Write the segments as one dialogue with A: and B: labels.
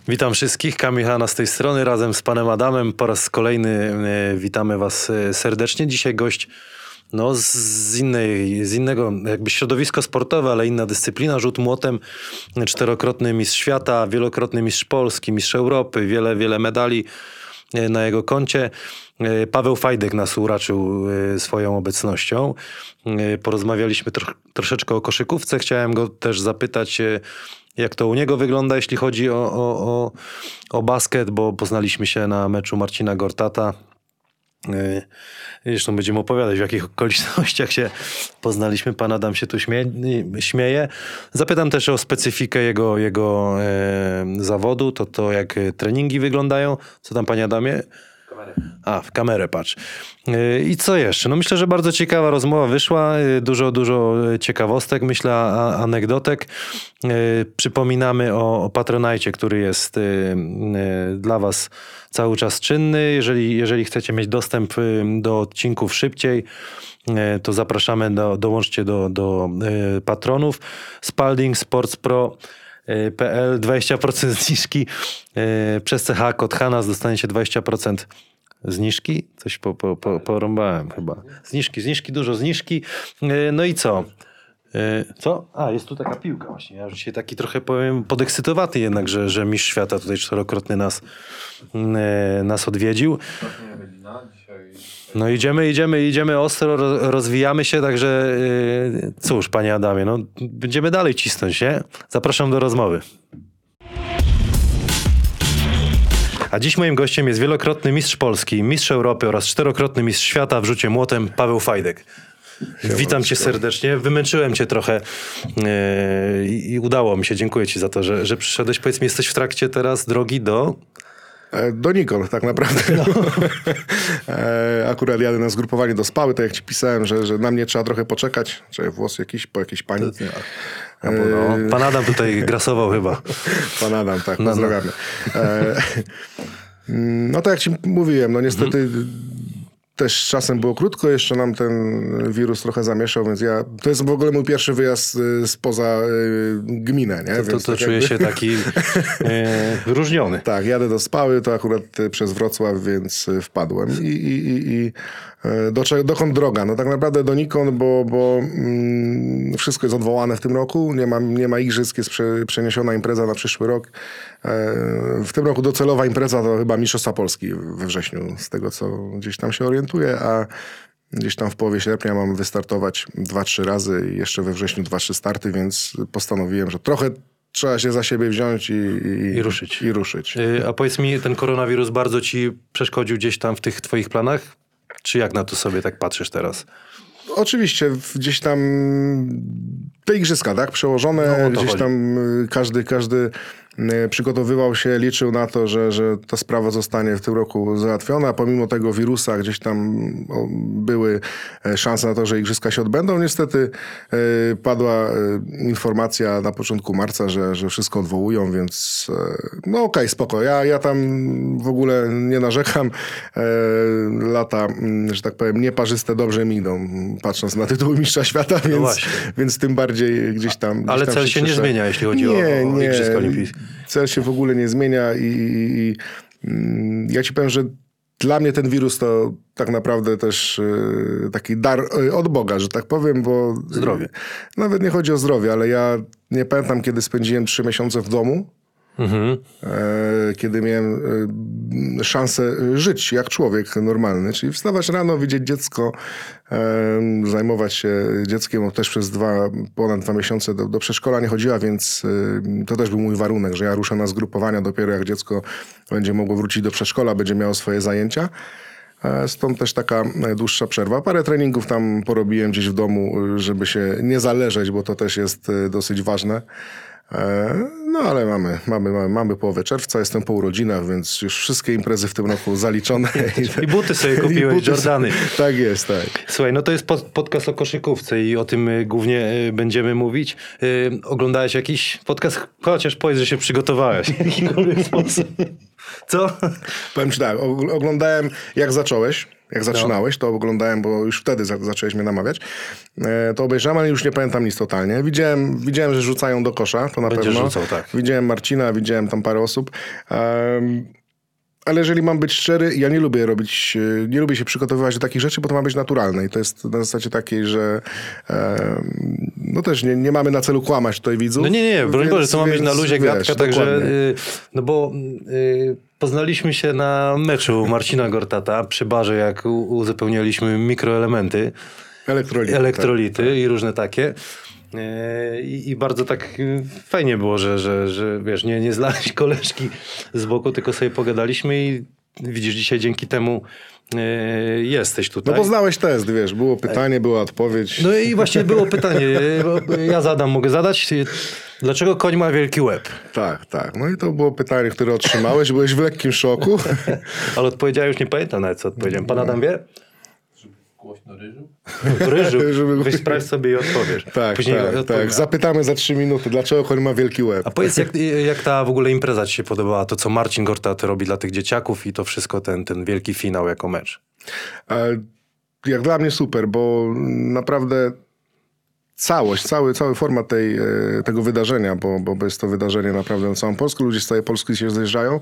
A: Witam wszystkich, Kamil Hanna z tej strony, razem z panem Adamem. Po raz kolejny witamy was serdecznie. Dzisiaj gość z innego jakby środowisko sportowe, ale inna dyscyplina, rzut młotem. 4-krotny mistrz świata, wielokrotny mistrz Polski, mistrz Europy, wiele medali na jego koncie. Paweł Fajdek nas uraczył swoją obecnością. Porozmawialiśmy troszeczkę o koszykówce. Chciałem go też zapytać, jak to u niego wygląda, jeśli chodzi o basket, bo poznaliśmy się na meczu Marcina Gortata. Zresztą będziemy opowiadać, w jakich okolicznościach się poznaliśmy. Pan Adam się tu śmieje. Zapytam też o specyfikę jego zawodu, to jak treningi wyglądają. Co tam, panie Adamie? W kamerę patrz. I co jeszcze? No myślę, że bardzo ciekawa rozmowa wyszła. Dużo ciekawostek, myślę, anegdotek. Przypominamy o Patronite, który jest dla was cały czas czynny. Jeżeli chcecie mieć dostęp do odcinków szybciej, to zapraszamy, dołączcie do patronów. Spalding Sports Pro PL 20% zniżki przez CH kod HANAS dostaniecie 20% zniżki. Coś porąbałem chyba. Zniżki, dużo zniżki. No i co? Co? Jest tu taka piłka właśnie. Ja już dzisiaj taki trochę powiem podekscytowany jednak, że mistrz świata tutaj 4-krotny nas odwiedził. No idziemy ostro, rozwijamy się, także cóż, panie Adamie, będziemy dalej cisnąć, nie? Zapraszam do rozmowy. A dziś moim gościem jest wielokrotny mistrz Polski, mistrz Europy oraz 4-krotny mistrz świata w rzucie młotem Paweł Fajdek. Witam cię serdecznie. Wymęczyłem cię trochę i udało mi się. Dziękuję ci za to, że przyszedłeś. Powiedz mi, jesteś w trakcie teraz drogi
B: donikąd tak naprawdę. No. Akurat jadę na zgrupowanie do Spały, tak jak ci pisałem, że na mnie trzeba trochę poczekać. Włos po jakiejś pani.
A: Pan Adam tutaj grasował chyba.
B: Pan Adam, tak, pozdrawiamy. No tak jak ci mówiłem, niestety też czasem było krótko, jeszcze nam ten wirus trochę zamieszał, więc to jest w ogóle mój pierwszy wyjazd spoza gminę, nie?
A: To czuję się taki wyróżniony.
B: Tak, jadę do Spały, to akurat przez Wrocław, więc wpadłem i dokąd droga? No tak naprawdę donikąd, bo wszystko jest odwołane w tym roku, nie ma igrzysk, jest przeniesiona impreza na przyszły rok. W tym roku docelowa impreza to chyba Mistrzostwa Polski we wrześniu, z tego co gdzieś tam się orientuję, a gdzieś tam w połowie sierpnia mam wystartować 2-3 razy i jeszcze we wrześniu 2-3 starty, więc postanowiłem, że trochę trzeba się za siebie wziąć i ruszyć.
A: A powiedz mi, ten koronawirus bardzo ci przeszkodził gdzieś tam w tych twoich planach? Czy jak na to sobie tak patrzysz teraz?
B: Oczywiście, gdzieś tam te igrzyska, tak, przełożone, gdzieś
A: chodzi.
B: tam każdy przygotowywał się, liczył na to, że ta sprawa zostanie w tym roku załatwiona. Pomimo tego wirusa gdzieś tam były szanse na to, że igrzyska się odbędą. Niestety padła informacja na początku marca, że wszystko odwołują, więc okej, spoko. Ja tam w ogóle nie narzekam. Lata, że tak powiem, nieparzyste dobrze mi idą, patrząc na tytuł mistrza świata, więc tym bardziej gdzieś tam...
A: Ale cel się nie zmienia, jeśli chodzi o igrzyska olimpijskie.
B: Cel się w ogóle nie zmienia i ja ci powiem, że dla mnie ten wirus to tak naprawdę też taki dar od Boga, że tak powiem, bo...
A: Zdrowie.
B: Nawet nie chodzi o zdrowie, ale ja nie pamiętam, kiedy spędziłem 3 miesiące w domu. Kiedy miałem szansę żyć jak człowiek normalny, czyli wstawać rano, widzieć dziecko, zajmować się dzieckiem, też przez ponad 2 miesiące do przedszkola nie chodziła, więc to też był mój warunek, że ja ruszę na zgrupowania dopiero jak dziecko będzie mogło wrócić do przedszkola, będzie miało swoje zajęcia. Stąd też taka dłuższa przerwa. Parę treningów tam porobiłem gdzieś w domu, żeby się nie zależeć, bo to też jest dosyć ważne. No ale mamy połowę czerwca, jestem po urodzinach, więc już wszystkie imprezy w tym roku zaliczone.
A: I buty sobie kupiłeś, Jordany.
B: Tak jest, tak.
A: Słuchaj, to jest podcast o koszykówce i o tym głównie będziemy mówić. Oglądałeś jakiś podcast? Chociaż powiedz, że się przygotowałeś w jakikolwiek sposób. Co?
B: Powiem ci tak, oglądałem jak zacząłeś. Jak zaczynałeś, to oglądałem, bo już wtedy zacząłeś mnie namawiać. To obejrzałem, ale już nie pamiętam nic totalnie. Widziałem, że rzucają do kosza, to na
A: Będziesz
B: pewno.
A: rzucał, tak. Tak.
B: Widziałem Marcina, widziałem tam parę osób. Ale jeżeli mam być szczery, ja nie lubię się przygotowywać do takich rzeczy, bo to ma być naturalne. I to jest na zasadzie takiej, że no też nie mamy na celu kłamać tutaj widzów.
A: No nie, broń Boże, to ma być na luzie gadka, także,
B: dokładnie.
A: no bo poznaliśmy się na meczu Marcina Gortata przy barze, jak uzupełnialiśmy mikroelementy, elektrolity i różne takie. I bardzo tak fajnie było, że wiesz, nie zlałeś koleżki z boku, tylko sobie pogadaliśmy i widzisz, dzisiaj dzięki temu jesteś tutaj.
B: No bo znałeś test, wiesz, było pytanie, była odpowiedź.
A: No i właśnie było pytanie, ja mogę zadać, dlaczego koń ma wielki łeb?
B: Tak. No i to było pytanie, które otrzymałeś, byłeś w lekkim szoku.
A: Ale odpowiedziałem, już nie pamiętam nawet, co odpowiedziałem. Pan Adam wie?
C: Głośno ryżu?
A: Ryżu, weź sprawdź sobie i odpowiesz.
B: Tak. Zapytamy za 3 minuty, dlaczego koń ma wielki łeb.
A: A powiedz, jak ta w ogóle impreza ci się podobała? To, co Marcin Gortat robi dla tych dzieciaków i to wszystko, ten wielki finał jako mecz.
B: Jak dla mnie super, bo naprawdę cały format tego wydarzenia, bo jest to wydarzenie naprawdę na całą Polskę, ludzie z całej Polski się zjeżdżają.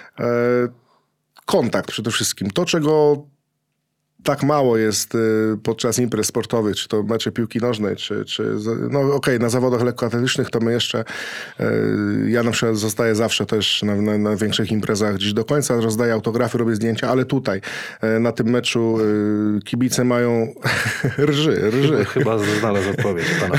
B: Kontakt przede wszystkim. To, czego tak mało jest podczas imprez sportowych, czy to mecze piłki nożnej, no okej, na zawodach lekkoatletycznych to my jeszcze, ja na przykład zostaję zawsze też na większych imprezach gdzieś do końca, rozdaję autografy, robię zdjęcia, ale tutaj na tym meczu kibice mają rży.
A: Chyba znalazł odpowiedź pana.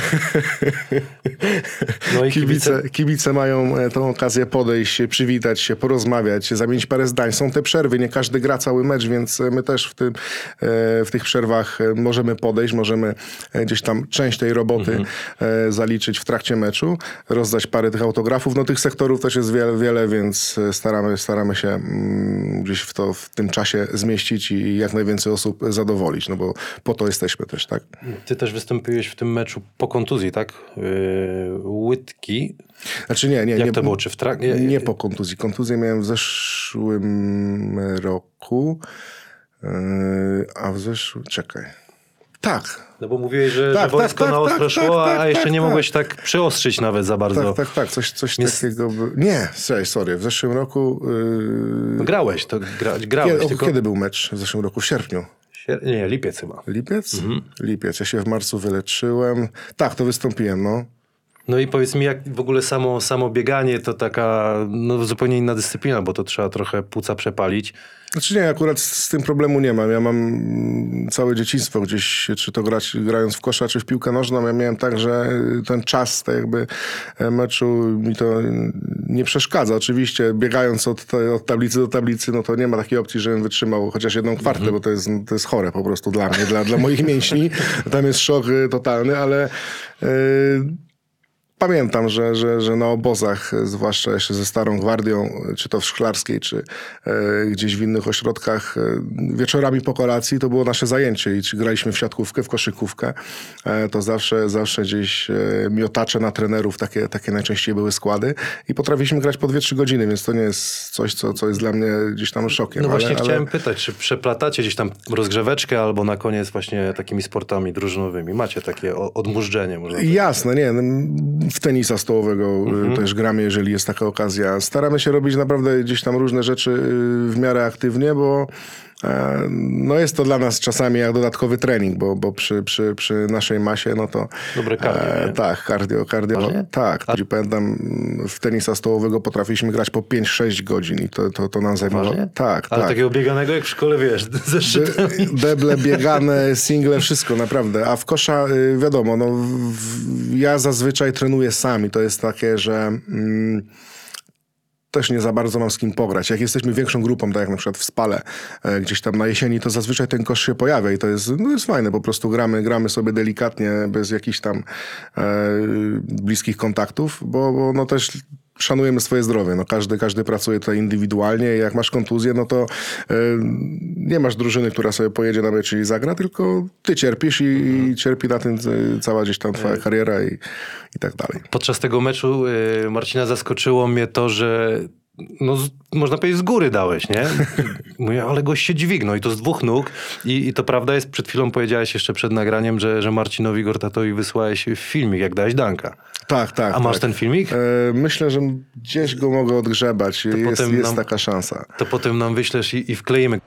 A: No i
B: Kibice mają tą okazję podejść, przywitać się, porozmawiać, zamienić parę zdań. Są te przerwy, nie każdy gra cały mecz, więc my też w tych przerwach możemy podejść, możemy gdzieś tam część tej roboty zaliczyć w trakcie meczu, rozdać parę tych autografów. No tych sektorów też jest wiele, więc staramy się gdzieś w tym czasie zmieścić i jak najwięcej osób zadowolić, no bo po to jesteśmy też, tak?
A: Ty też wystąpiłeś w tym meczu po kontuzji, tak? Łydki.
B: Znaczy nie.
A: Jak to było? Czy w trakcie?
B: Nie po kontuzji. Kontuzję miałem w zeszłym roku. Czekaj. Tak.
A: No bo mówiłeś, że wojsko na ostro szło, a jeszcze nie mogłeś tak przyostrzyć nawet za bardzo.
B: Tak. Coś takiego. Nie, sorry. W zeszłym roku...
A: No grałeś.
B: Kiedy był mecz w zeszłym roku? W sierpniu.
A: Nie, lipiec chyba.
B: Lipiec? Lipiec. Ja się w marcu wyleczyłem. Tak, to wystąpiłem, no.
A: No i powiedz mi, jak w ogóle samo bieganie to taka zupełnie inna dyscyplina, bo to trzeba trochę płuca przepalić.
B: Znaczy nie, akurat z tym problemu nie mam. Ja mam całe dzieciństwo gdzieś, czy to grając w kosza, czy w piłkę nożną. Ja miałem tak, że ten czas tak jakby meczu mi to nie przeszkadza. Oczywiście biegając od tablicy do tablicy, no to nie ma takiej opcji, żebym wytrzymał chociaż 1/4, bo to jest chore po prostu dla mnie, dla moich mięśni. Tam jest szok totalny, ale... Pamiętam, że na obozach, zwłaszcza jeszcze ze Starą Gwardią, czy to w Szklarskiej, czy gdzieś w innych ośrodkach, wieczorami po kolacji to było nasze zajęcie i czy graliśmy w siatkówkę, w koszykówkę, to zawsze gdzieś miotacze na trenerów, takie najczęściej były składy i potrafiliśmy grać po 2-3 godziny, więc to nie jest coś, co jest dla mnie gdzieś tam szokiem.
A: No właśnie chciałem pytać, czy przeplatacie gdzieś tam rozgrzeweczkę albo na koniec właśnie takimi sportami drużynowymi? Macie takie odmurzdzenie? Można powiedzieć?
B: Jasne, nie. W tenisa stołowego też gramy, jeżeli jest taka okazja. Staramy się robić naprawdę gdzieś tam różne rzeczy w miarę aktywnie, bo no jest to dla nas czasami jak dodatkowy trening, bo przy naszej masie, no to...
A: Dobre cardio, nie?
B: Tak, cardio. Tak. Pamiętam, w tenisa stołowego potrafiliśmy grać po 5-6 godzin i to nam zajmowało. Tak.
A: Ale takiego bieganego jak w szkole, wiesz, ze szczytami.
B: Deble, biegane, single, wszystko naprawdę. A w kosza, wiadomo, ja zazwyczaj trenuję sam i to jest takie, że... też nie za bardzo mam z kim pograć. Jak jesteśmy większą grupą, tak jak na przykład w Spale, gdzieś tam na jesieni, to zazwyczaj ten kosz się pojawia i to jest fajne. Po prostu gramy sobie delikatnie, bez jakichś tam bliskich kontaktów, bo no też szanujemy swoje zdrowie. No każdy pracuje tutaj indywidualnie i jak masz kontuzję, no to nie masz drużyny, która sobie pojedzie na mecz i zagra, tylko ty cierpisz i cierpi na tym cała gdzieś tam twoja kariera i tak dalej.
A: Podczas tego meczu Marcina zaskoczyło mnie to, że no można powiedzieć z góry dałeś, nie? Mówię, ale gość się dźwignął i to z 2 nóg. I to prawda jest, przed chwilą powiedziałeś jeszcze przed nagraniem, że Marcinowi Gortatowi wysłałeś filmik, jak dałeś danka.
B: Tak.
A: A masz ten filmik?
B: Myślę, że gdzieś go mogę odgrzebać. Jest
A: nam-
B: taka szansa.
A: To potem nam wyślesz i wkleimy.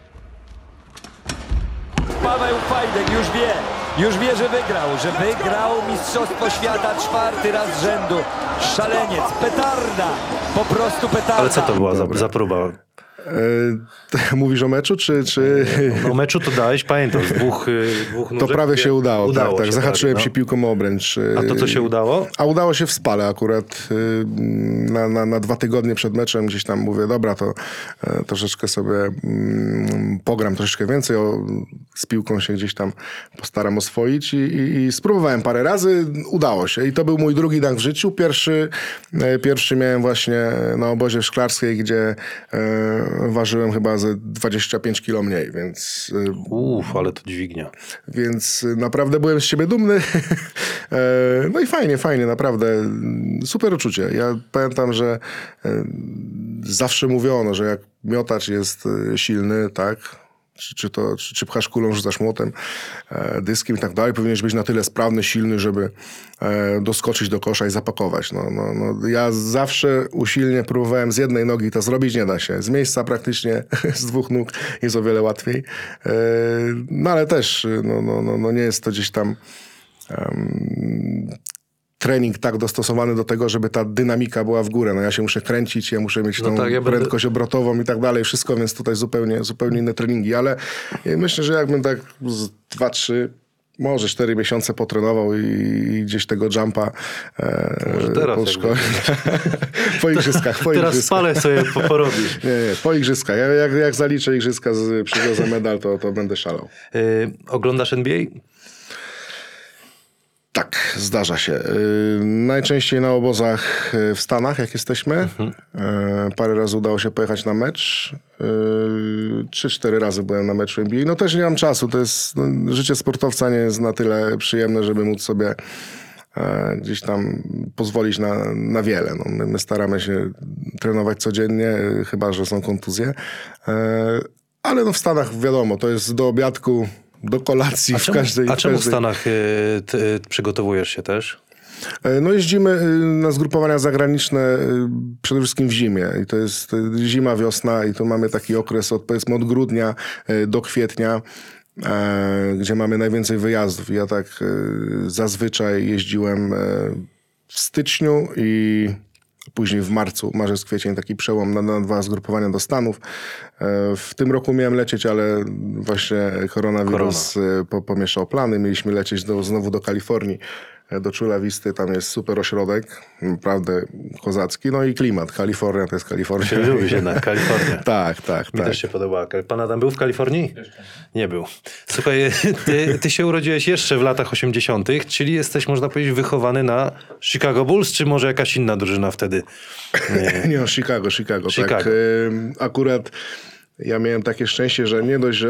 D: Paweł Fajdek już wie, że wygrał Mistrzostwo Świata 4. raz z rzędu. Szaleniec, petarda, po prostu petarda.
A: Ale co to była za próba?
B: Mówisz o meczu, czy...
A: No meczu to dałeś, pamiętam, z 2 nóżek.
B: To prawie się udało, tak.
A: się
B: Zahaczyłem
A: prawie,
B: się piłką o obręcz.
A: A to co się udało?
B: A udało się w Spale akurat. Na 2 tygodnie przed meczem gdzieś tam mówię, dobra, to troszeczkę sobie pogram troszeczkę więcej, z piłką się gdzieś tam postaram oswoić i spróbowałem parę razy, udało się. I to był mój drugi dank w życiu. Pierwszy miałem właśnie na obozie w Szklarskiej, gdzie ważyłem chyba ze 25 kilo mniej, więc...
A: Ale to dźwignia.
B: Więc naprawdę byłem z siebie dumny. No i fajnie, naprawdę. Super uczucie. Ja pamiętam, że zawsze mówiono, że jak miotacz jest silny, tak, czy pchasz kulą, rzucasz młotem, dyskiem i tak dalej, powinieneś być na tyle sprawny, silny, żeby doskoczyć do kosza i zapakować. No, ja zawsze usilnie próbowałem z jednej nogi to zrobić, nie da się. Z miejsca praktycznie, z 2 nóg jest o wiele łatwiej. No ale też, no nie jest to gdzieś tam trening tak dostosowany do tego, żeby ta dynamika była w górę. No ja się muszę kręcić, ja muszę mieć tą prędkość obrotową i tak dalej, wszystko, więc tutaj zupełnie inne treningi, ale myślę, że jakbym tak 2, 3, może 4 miesiące potrenował i gdzieś tego jumpa
A: może teraz
B: po igrzyskach.
A: Teraz spalę sobie porobisz.
B: Nie, po igrzyskach. Jak zaliczę igrzyska, przywiozę medal, to będę szalał.
A: Oglądasz NBA?
B: Tak, zdarza się. Najczęściej na obozach w Stanach, jak jesteśmy. Parę razy udało się pojechać na mecz. 3-4 razy byłem na meczu NBA. No też nie mam czasu. To jest, życie sportowca nie jest na tyle przyjemne, żeby móc sobie gdzieś tam pozwolić na wiele. No, my staramy się trenować codziennie, chyba że są kontuzje. Ale no w Stanach wiadomo, to jest do obiadku, do kolacji w każdej...
A: A czemu w Stanach przygotowujesz się też?
B: No jeździmy na zgrupowania zagraniczne przede wszystkim w zimie. I to jest zima, wiosna i tu mamy taki okres powiedzmy od grudnia do kwietnia, gdzie mamy najwięcej wyjazdów. Ja tak zazwyczaj jeździłem w styczniu i później w marcu, marzec, kwiecień, taki przełom na 2 zgrupowania do Stanów. W tym roku miałem lecieć, ale właśnie koronawirus pomieszał plany. Mieliśmy lecieć znowu do Kalifornii, do Chula Visty. Tam jest super ośrodek, naprawdę kozacki. No i klimat. Kalifornia to jest Kalifornia.
A: Się lubisz jednak, Kalifornia.
B: Tak.
A: Mi też się podobała. Pan Adam był w Kalifornii?
C: Jeszcze.
A: Nie był. Słuchaj, ty się urodziłeś jeszcze w latach 80., czyli jesteś, można powiedzieć, wychowany na Chicago Bulls, czy może jakaś inna drużyna wtedy?
B: Nie, no Chicago. Tak. Akurat ja miałem takie szczęście, że nie dość,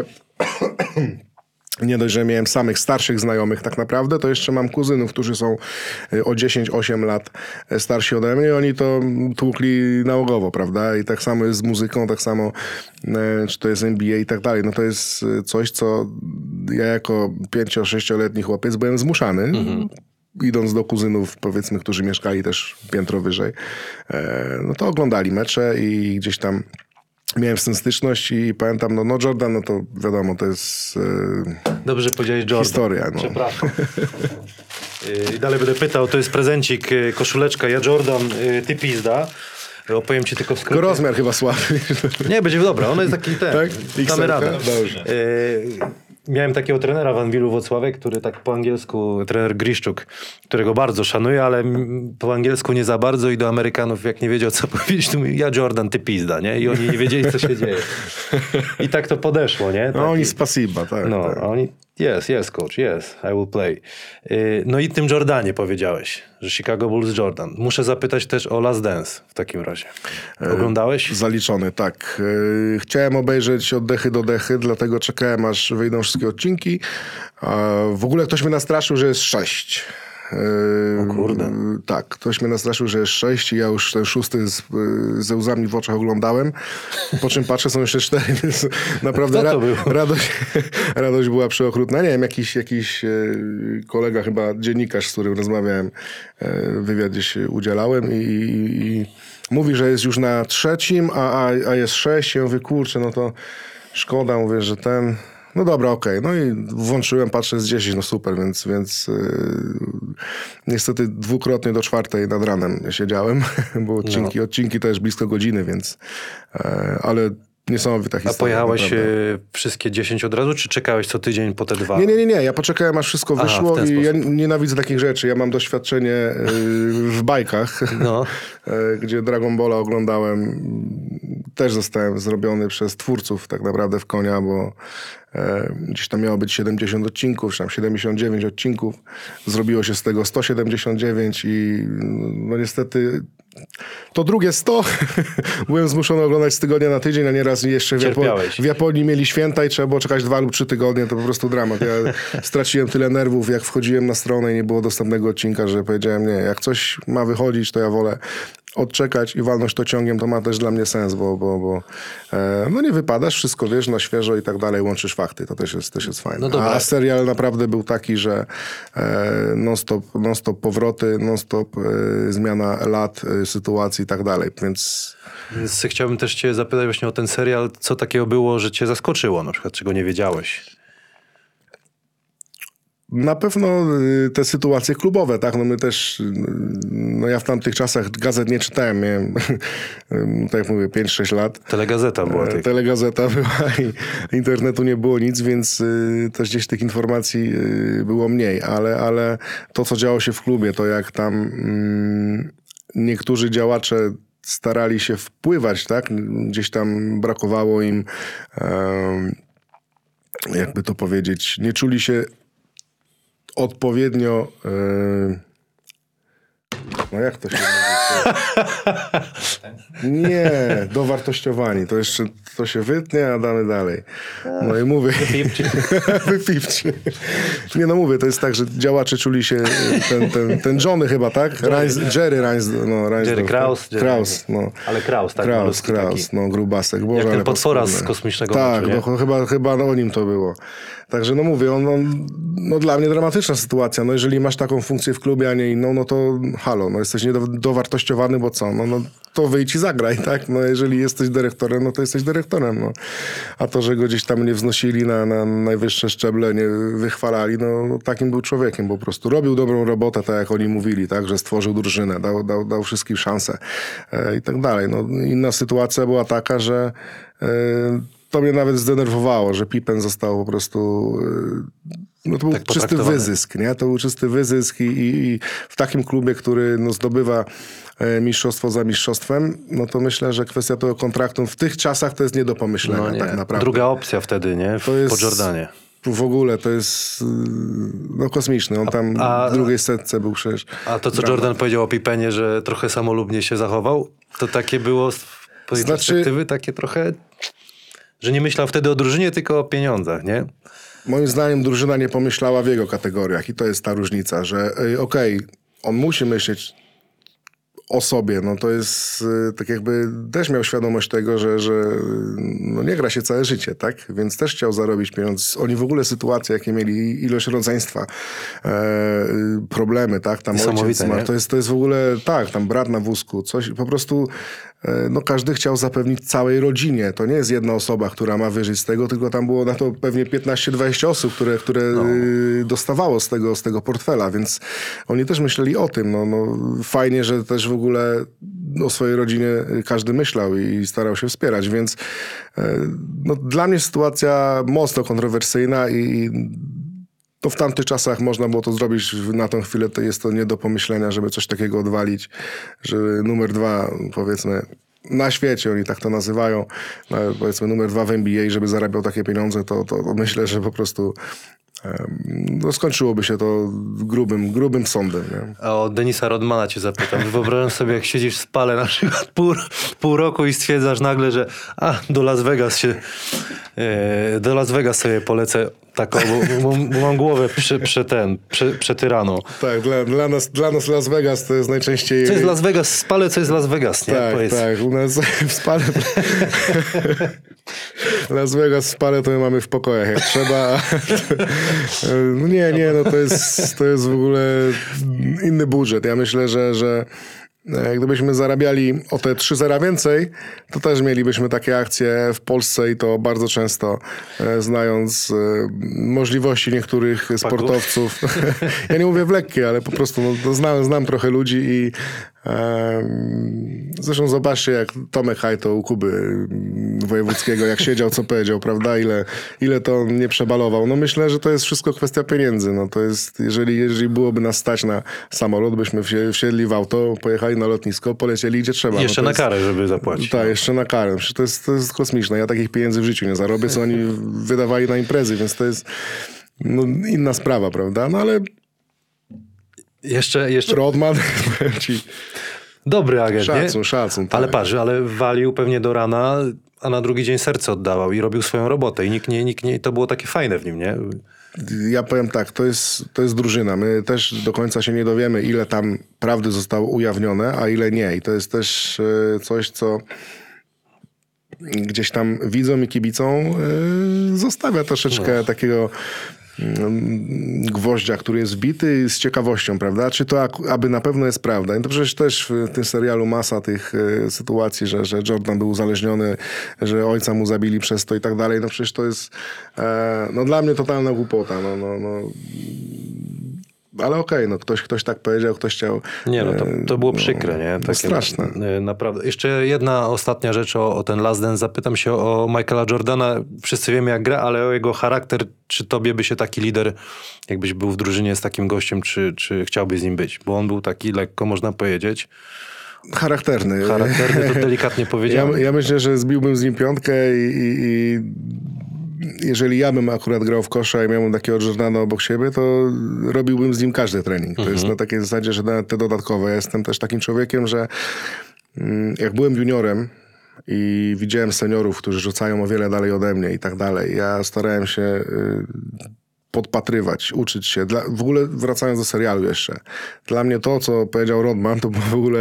B: że miałem samych starszych znajomych tak naprawdę, to jeszcze mam kuzynów, którzy są o 10-8 lat starsi ode mnie i oni to tłukli nałogowo, prawda? I tak samo jest z muzyką, tak samo czy to jest NBA i tak dalej. No to jest coś, co ja jako 5-6-letni chłopiec byłem zmuszany, idąc do kuzynów, powiedzmy, którzy mieszkali też piętro wyżej. No to oglądali mecze i gdzieś tam miałem z tym styczność i pamiętam, no Jordan, no to wiadomo, to jest
A: Dobrze powiedziałeś Jordan.
B: historia. No.
A: Przepraszam. I dalej będę pytał, to jest prezencik, koszuleczka, ja Jordan, ty pizda. Opowiem ci tylko w skrócie.
B: Tylko rozmiar chyba słaby.
A: Nie, będzie dobra, on jest taki ten.
B: Tak?
A: Damy
B: XL-ka?
A: radę.
B: Dobrze.
A: Miałem takiego trenera w Anwilu Włocławek, który tak po angielsku, trener Griszczuk, którego bardzo szanuję, ale po angielsku nie za bardzo i do Amerykanów jak nie wiedział co powiedzieć, to mówi, ja Jordan, ty pizda, nie? I oni nie wiedzieli co się dzieje. I tak to podeszło, nie?
B: No oni spasiba, tak.
A: No,
B: tak.
A: a oni, yes, coach, yes, I will play. No i tym Jordanie powiedziałeś, że Chicago Bulls Jordan. Muszę zapytać też o Last Dance w takim razie. Oglądałeś?
B: Zaliczony, tak. Chciałem obejrzeć od dechy do dechy, dlatego czekałem, aż wyjdą wszystkie odcinki. W ogóle ktoś mnie nastraszył, że jest 6.
A: O kurde.
B: Tak, ktoś mnie nastraszył, że jest 6 i ja już ten 6 ze łzami w oczach oglądałem. Po czym patrzę, są jeszcze 4, więc naprawdę
A: Kto to był?
B: radość była przeokrutna. Nie wiem, jakiś kolega, chyba dziennikarz, z którym rozmawiałem, w wywiadzie się udzielałem i mówi, że jest już na 3, a jest 6. Ja mówię, kurczę, no to szkoda, mówię, że ten... No dobra, okej. No i włączyłem, patrzę z 10, no super, więc niestety dwukrotnie do 4 nad ranem siedziałem, bo odcinki też blisko godziny, więc ale niesamowita
A: A
B: historia.
A: pojechałeś
B: naprawdę.
A: wszystkie 10 od razu, czy czekałeś co tydzień po te 2?
B: Nie. Ja poczekałem, aż wszystko
A: Aha,
B: wyszło
A: w ten
B: i ja
A: sposób.
B: nienawidzę takich rzeczy. Ja mam doświadczenie w bajkach,
A: No.
B: gdzie Dragon Balla oglądałem. Też zostałem zrobiony przez twórców tak naprawdę w konia, bo gdzieś tam miało być 70 odcinków, czy tam 79 odcinków. Zrobiło się z tego 179 i no niestety to drugie 100 byłem zmuszony oglądać z tygodnia na tydzień, a nieraz jeszcze
A: Cierpiałeś.
B: w Japonii mieli święta i trzeba było czekać 2 lub 3 tygodnie. To po prostu dramat. Ja straciłem tyle nerwów, jak wchodziłem na stronę i nie było dostępnego odcinka, że powiedziałem, nie, jak coś ma wychodzić, to ja wolę odczekać i walnąć to ciągiem, to ma też dla mnie sens, bo no nie wypadasz, wszystko wiesz na świeżo i tak dalej, łączysz fakty, to też jest fajne.
A: No dobra.
B: A serial naprawdę był taki, że non-stop powroty, non-stop zmiana lat, sytuacji i tak dalej, więc...
A: Więc chciałbym też cię zapytać właśnie o ten serial, co takiego było, że cię zaskoczyło na przykład, czego nie wiedziałeś?
B: Na pewno te sytuacje klubowe, tak, no my też, no ja w tamtych czasach gazet nie czytałem, miałem, tak jak mówię, 5-6 lat.
A: Telegazeta była.
B: Telegazeta była i internetu nie było nic, więc też gdzieś tych informacji było mniej, ale to, co działo się w klubie, to jak tam niektórzy działacze starali się wpływać, tak, gdzieś tam brakowało im, jakby to powiedzieć, nie czuli się odpowiednio... no jak to się mówi? Nie, dowartościowani. To jeszcze to się wytnie, a damy dalej. No i mówię... Wypipcie. Nie no mówię, to jest tak, że działacze czuli się... Ten Johnny chyba, tak? Jerry Kraus. No.
A: Ale Kraus, tak?
B: Kraus, no grubasek. Boże,
A: Jak ten
B: ale
A: potwora
B: paskudny.
A: z kosmicznego
B: Tak,
A: meczu, nie?
B: no, chyba o nim to było. Także no mówię, no dla mnie dramatyczna sytuacja. No jeżeli masz taką funkcję w klubie, a nie inną, no to halo, no jesteś niedowartościowany, bo co? No to wyjdź i zagraj, tak? No jeżeli jesteś dyrektorem, no to jesteś dyrektorem, no. A to, że go gdzieś tam nie wznosili na najwyższe szczeble, nie wychwalali, no takim był człowiekiem po prostu. Robił dobrą robotę, tak jak oni mówili, tak? Że stworzył drużynę, dał wszystkim szansę i tak dalej. No inna sytuacja była taka, że to mnie nawet zdenerwowało, że Pippen został po prostu... No to był
A: Tak
B: czysty
A: potraktowany.
B: wyzysk, nie? To był czysty wyzysk i w takim klubie, który no, zdobywa mistrzostwo za mistrzostwem, no to myślę, że kwestia tego kontraktu w tych czasach to jest nie do pomyślenia,
A: No nie.
B: tak naprawdę.
A: Druga opcja wtedy, nie?
B: To jest-
A: Po Jordanie.
B: W ogóle to jest no, kosmiczny. On tam w drugiej setce był przecież.
A: A to, co Jordan powiedział o Pippenie, że trochę samolubnie się zachował, to takie było z tej perspektywy takie trochę, że nie myślał wtedy o drużynie, tylko o pieniądzach, nie?
B: Moim zdaniem drużyna nie pomyślała w jego kategoriach i to jest ta różnica, że okej, on musi myśleć o sobie, no to jest tak jakby też miał świadomość tego, że no nie gra się całe życie, tak? Więc też chciał zarobić pieniądze. Oni w ogóle sytuacje, jakie mieli, ilość rodzeństwa, problemy, tak? Tam ojciec
A: Niesamowite,
B: zmarł.
A: nie?
B: To jest w ogóle, tak, tam brat na wózku, coś, po prostu no każdy chciał zapewnić całej rodzinie. To nie jest jedna osoba, która ma wyżyć z tego, tylko tam było na to pewnie 15-20 osób, które dostawało z tego portfela, więc oni też myśleli o tym. No, fajnie, że też w ogóle o swojej rodzinie każdy myślał i starał się wspierać, więc no, dla mnie sytuacja mocno kontrowersyjna i to w tamtych czasach można było to zrobić na tę chwilę, to jest to nie do pomyślenia, żeby coś takiego odwalić, że numer 2, powiedzmy, na świecie, oni tak to nazywają, powiedzmy numer 2 w NBA, żeby zarabiał takie pieniądze, to myślę, że po prostu no, skończyłoby się to grubym sądem. Nie?
A: A o Denisa Rodmana cię zapytam. Wyobrażam sobie, jak siedzisz w spale na przykład pół roku i stwierdzasz nagle, że do Las Vegas sobie polecę. Taką, bo mam głowę przetyrano.
B: Tak, dla nas Las Vegas to jest najczęściej...
A: Co jest Las Vegas w Spale, co jest Las Vegas, nie?
B: Tak, u nas w Spale... Las Vegas w Spale to my mamy w pokojach jak trzeba. No nie, no to jest w ogóle inny budżet. Ja myślę, że gdybyśmy zarabiali o te 3 zera więcej, to też mielibyśmy takie akcje w Polsce i to bardzo często, znając możliwości niektórych sportowców. Ja nie mówię w lekkiej, ale po prostu znam trochę ludzi i zresztą zobaczcie, jak Tomek Hajto u Kuby Wojewódzkiego, jak siedział, co powiedział, prawda? Ile to nie przebalował. No myślę, że to jest wszystko kwestia pieniędzy. No to jest, jeżeli byłoby nas stać na samolot, byśmy wsiedli w auto, pojechali na lotnisko, polecieli gdzie trzeba.
A: Jeszcze
B: no
A: na karę, żeby zapłacić.
B: Tak, jeszcze na karę. To jest kosmiczne. Ja takich pieniędzy w życiu nie zarobię, co oni wydawali na imprezy, więc to jest inna sprawa, prawda? No ale
A: Jeszcze...
B: Rodman, powiem ci,
A: Dobry agent, nie?
B: Szacun.
A: Ale
B: tak.
A: patrz, ale walił pewnie do rana, a na drugi dzień serce oddawał i robił swoją robotę. I nikt nie, to było takie fajne w nim, nie?
B: Ja powiem tak, to jest drużyna. My też do końca się nie dowiemy, ile tam prawdy zostało ujawnione, a ile nie. I to jest też coś, co gdzieś tam widzom i kibicom zostawia troszeczkę takiego gwoździa, który jest wbity z ciekawością, prawda? Czy to aby na pewno jest prawda? I to przecież też w tym serialu masa tych sytuacji, że Jordan był uzależniony, że ojca mu zabili przez to i tak dalej. No przecież to jest no dla mnie totalna głupota. Ale okej, no ktoś tak powiedział, ktoś chciał...
A: Nie, no to było przykre, nie? Takie,
B: straszne.
A: Naprawdę. Jeszcze jedna ostatnia rzecz o ten Last Dance. Zapytam się o Michaela Jordana. Wszyscy wiemy, jak gra, ale o jego charakter. Czy tobie by się taki lider, jakbyś był w drużynie z takim gościem, czy chciałbyś z nim być? Bo on był taki lekko, można powiedzieć.
B: Charakterny.
A: Charakterny to delikatnie powiedziałem.
B: Ja myślę, że zbiłbym z nim piątkę i jeżeli ja bym akurat grał w kosza i miałbym takiego Jordana obok siebie, to robiłbym z nim każdy trening. To jest na takiej zasadzie, że nawet te dodatkowe. Ja jestem też takim człowiekiem, że jak byłem juniorem i widziałem seniorów, którzy rzucają o wiele dalej ode mnie i tak dalej, ja starałem się podpatrywać, uczyć się. W ogóle wracając do serialu jeszcze. Dla mnie to, co powiedział Rodman, to był w ogóle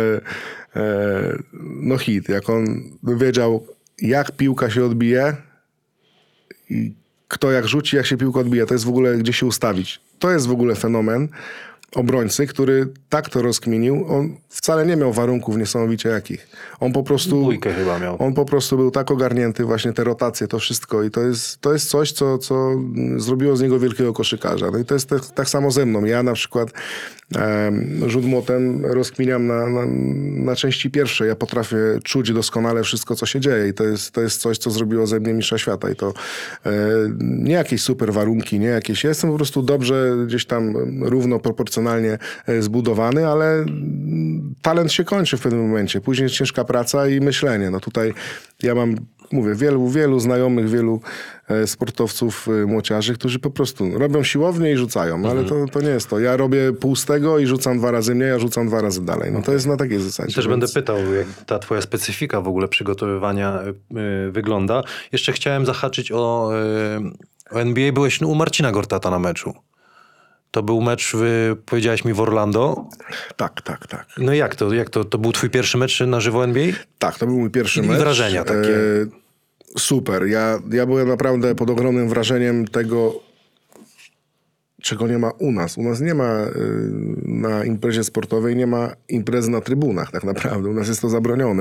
B: hit. Jak on wiedział, jak piłka się odbije, i kto jak rzuci, jak się piłka odbija. To jest w ogóle gdzie się ustawić. To jest w ogóle fenomen obrońcy, który tak to rozkminił. On wcale nie miał warunków niesamowicie jakich. On po prostu...
A: Dwójkę chyba miał.
B: On po prostu był tak ogarnięty, właśnie te rotacje, to wszystko. I to jest coś, co zrobiło z niego wielkiego koszykarza. No i to jest tak samo ze mną. Ja na przykład rzut młotem rozkminiam na części pierwszej. Ja potrafię czuć doskonale wszystko, co się dzieje. I to jest coś, co zrobiło ze mnie mistrza świata. I to nie jakieś super warunki, nie jakieś... Ja jestem po prostu dobrze gdzieś tam równo, proporcjonalnie zbudowany, ale talent się kończy w pewnym momencie. Później jest ciężka praca i myślenie. No tutaj ja mam, mówię, wielu znajomych, wielu sportowców młociarzy, którzy po prostu robią siłownię i rzucają. Ale to nie jest to. Ja robię pół z tego i rzucam 2 razy mniej, a rzucam 2 razy dalej. No to jest na takiej zasadzie.
A: Też będę pytał, jak ta twoja specyfika w ogóle przygotowywania wygląda. Jeszcze chciałem zahaczyć o NBA. Byłeś u Marcina Gortata na meczu. To był mecz, powiedziałeś mi, w Orlando.
B: Tak.
A: No jak to? To był twój pierwszy mecz na żywo NBA?
B: Tak, to był mój pierwszy
A: I
B: mecz.
A: wrażenia takie.
B: Super. Ja byłem naprawdę pod ogromnym wrażeniem tego, czego nie ma u nas. U nas nie ma na imprezie sportowej, nie ma imprezy na trybunach tak naprawdę. U nas jest to zabronione.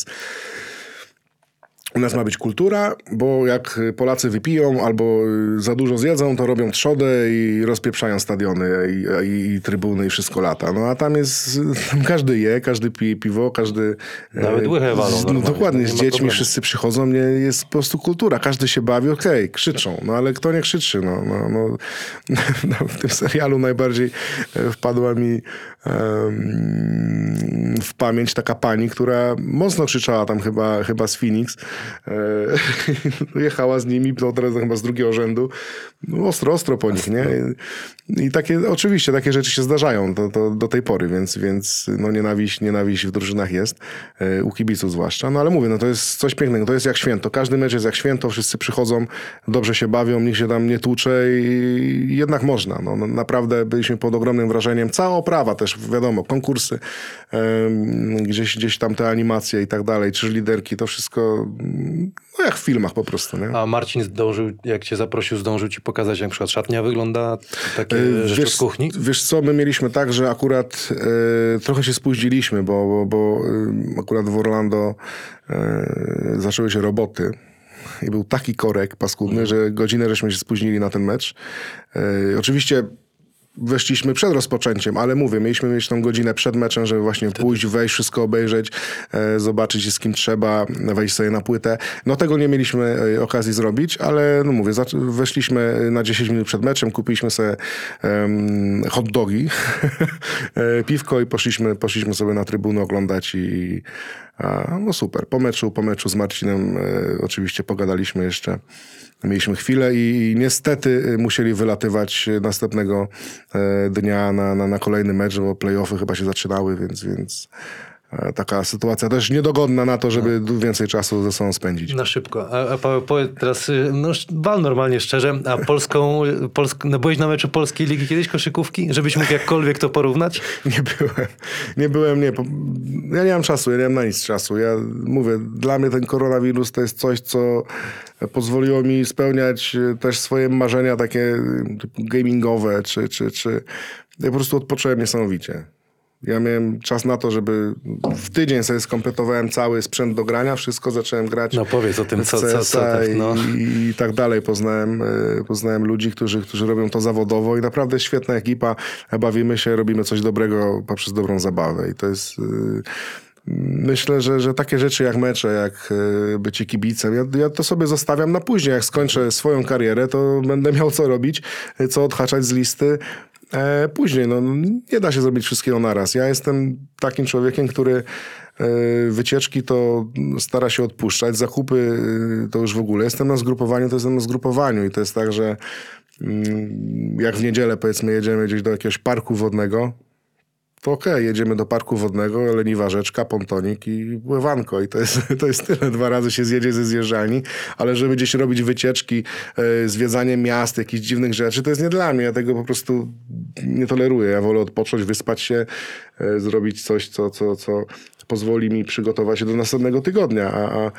B: U nas ma być kultura, bo jak Polacy wypiją albo za dużo zjedzą, to robią trzodę i rozpieprzają stadiony i trybuny i wszystko lata. No a tam każdy je, każdy pije piwo, każdy...
A: Nawet łychę walą.
B: No dokładnie, z dziećmi
A: problemu.
B: wszyscy przychodzą, jest po prostu kultura. Każdy się bawi, krzyczą. No ale kto nie krzyczy? W tym serialu najbardziej wpadła mi w pamięć taka pani, która mocno krzyczała tam chyba z Phoenix. Jechała z nimi, to teraz chyba z drugiego rzędu. No, ostro po nich, nie? I oczywiście takie rzeczy się zdarzają do tej pory, więc no nienawiść w drużynach jest, u kibiców zwłaszcza. No ale mówię, no to jest coś pięknego, to jest jak święto. Każdy mecz jest jak święto, wszyscy przychodzą, dobrze się bawią, nikt się tam nie tłucze i jednak można. No, naprawdę byliśmy pod ogromnym wrażeniem. Cała oprawa też, wiadomo, konkursy, gdzieś tam te animacje i tak dalej, czy liderki, to wszystko no jak w filmach po prostu. Nie?
A: A Marcin zdążył, jak cię zaprosił, zdążył ci pokazać, jak na przykład szatnia wygląda, takie rzeczy z kuchni?
B: Wiesz co, my mieliśmy tak, że akurat trochę się spóźniliśmy, bo akurat w Orlando zaczęły się roboty. I był taki korek paskudny, że godzinę żeśmy się spóźnili na ten mecz. Oczywiście weszliśmy przed rozpoczęciem, ale mówię, mieliśmy mieć tą godzinę przed meczem, żeby właśnie pójść, wejść, wszystko obejrzeć, zobaczyć z kim trzeba, wejść sobie na płytę. No tego nie mieliśmy okazji zrobić, ale no mówię, weszliśmy na 10 minut przed meczem, kupiliśmy sobie hot dogi, piwko i poszliśmy sobie na trybunę oglądać i no super. Po meczu z Marcinem oczywiście pogadaliśmy jeszcze. Mieliśmy chwilę i niestety musieli wylatywać następnego dnia na kolejny mecz, bo play-offy chyba się zaczynały, więc taka sytuacja też niedogodna na to, żeby więcej czasu ze sobą spędzić.
A: Na szybko. A Paweł, powiedz teraz, no wal normalnie szczerze, a no byłeś na meczu Polskiej Ligi kiedyś koszykówki? Żebyś mógł jakkolwiek to porównać?
B: Nie byłem. Ja nie mam czasu, ja nie mam na nic czasu. Ja mówię, dla mnie ten koronawirus to jest coś, co pozwoliło mi spełniać też swoje marzenia takie gamingowe, czy ja po prostu odpocząłem niesamowicie. Ja miałem czas na to, żeby w tydzień sobie skompletowałem cały sprzęt do grania, wszystko zacząłem grać.
A: No powiedz o tym, co tak, no.
B: I tak dalej. Poznałem ludzi, którzy robią to zawodowo i naprawdę świetna ekipa. Bawimy się, robimy coś dobrego poprzez dobrą zabawę i to jest... Myślę, że takie rzeczy jak mecze, jak bycie kibicem, ja to sobie zostawiam na później. Jak skończę swoją karierę, to będę miał co robić, co odhaczać z listy. Później, no nie da się zrobić wszystkiego naraz. Ja jestem takim człowiekiem, który wycieczki to stara się odpuszczać, zakupy to już w ogóle. Jestem na zgrupowaniu, to jestem na zgrupowaniu i to jest tak, że jak w niedzielę powiedzmy jedziemy gdzieś do jakiegoś parku wodnego, to okej, jedziemy do parku wodnego, leniwa rzeczka, pontonik i pływanko. I to jest tyle. 2 razy się zjedzie ze zjeżdżalni, ale żeby gdzieś robić wycieczki, zwiedzanie miast, jakichś dziwnych rzeczy, to jest nie dla mnie. Ja tego po prostu nie toleruję. Ja wolę odpocząć, wyspać się, zrobić coś, co pozwoli mi przygotować się do następnego tygodnia.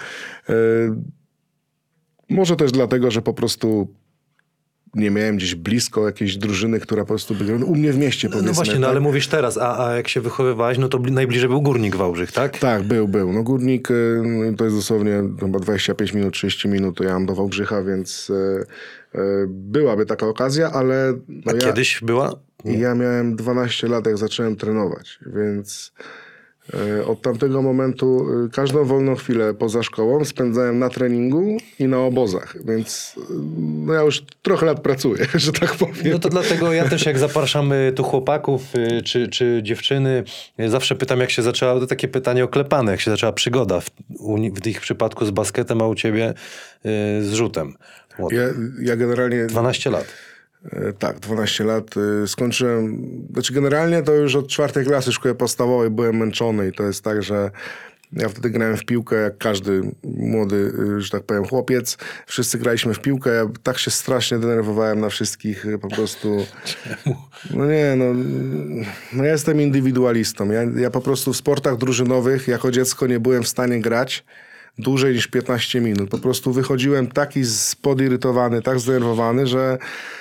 B: Może też dlatego, że po prostu nie miałem gdzieś blisko jakiejś drużyny, która po prostu by grała. U mnie w mieście, powiedzmy.
A: No właśnie,
B: tak?
A: ale mówisz teraz, a jak się wychowywałeś, no to najbliżej był Górnik Wałbrzych, tak?
B: Tak, był. No Górnik to jest dosłownie chyba 25 minut, 30 minut, to ja mam do Wałbrzycha, więc byłaby taka okazja, ale... No
A: Kiedyś była?
B: Ja miałem 12 lat, jak zacząłem trenować, więc... Od tamtego momentu każdą wolną chwilę poza szkołą spędzałem na treningu i na obozach, więc no ja już trochę lat pracuję, że tak powiem.
A: No to dlatego ja też jak zapraszamy tu chłopaków czy dziewczyny, zawsze pytam, jak się zaczęła, to takie pytanie oklepane, jak się zaczęła przygoda w ich przypadku z basketem, a u ciebie z rzutem.
B: Ja generalnie...
A: 12 lat.
B: Tak, 12 lat. Skończyłem, znaczy generalnie to już od 4 klasy szkoły podstawowej byłem męczony i to jest tak, że ja wtedy grałem w piłkę jak każdy młody, że tak powiem, chłopiec. Wszyscy graliśmy w piłkę. Ja tak się strasznie denerwowałem na wszystkich po prostu.
A: Czemu?
B: No nie, no ja jestem indywidualistą. Ja po prostu w sportach drużynowych jako dziecko nie byłem w stanie grać dłużej niż 15 minut. Po prostu wychodziłem taki podirytowany, tak zdenerwowany, że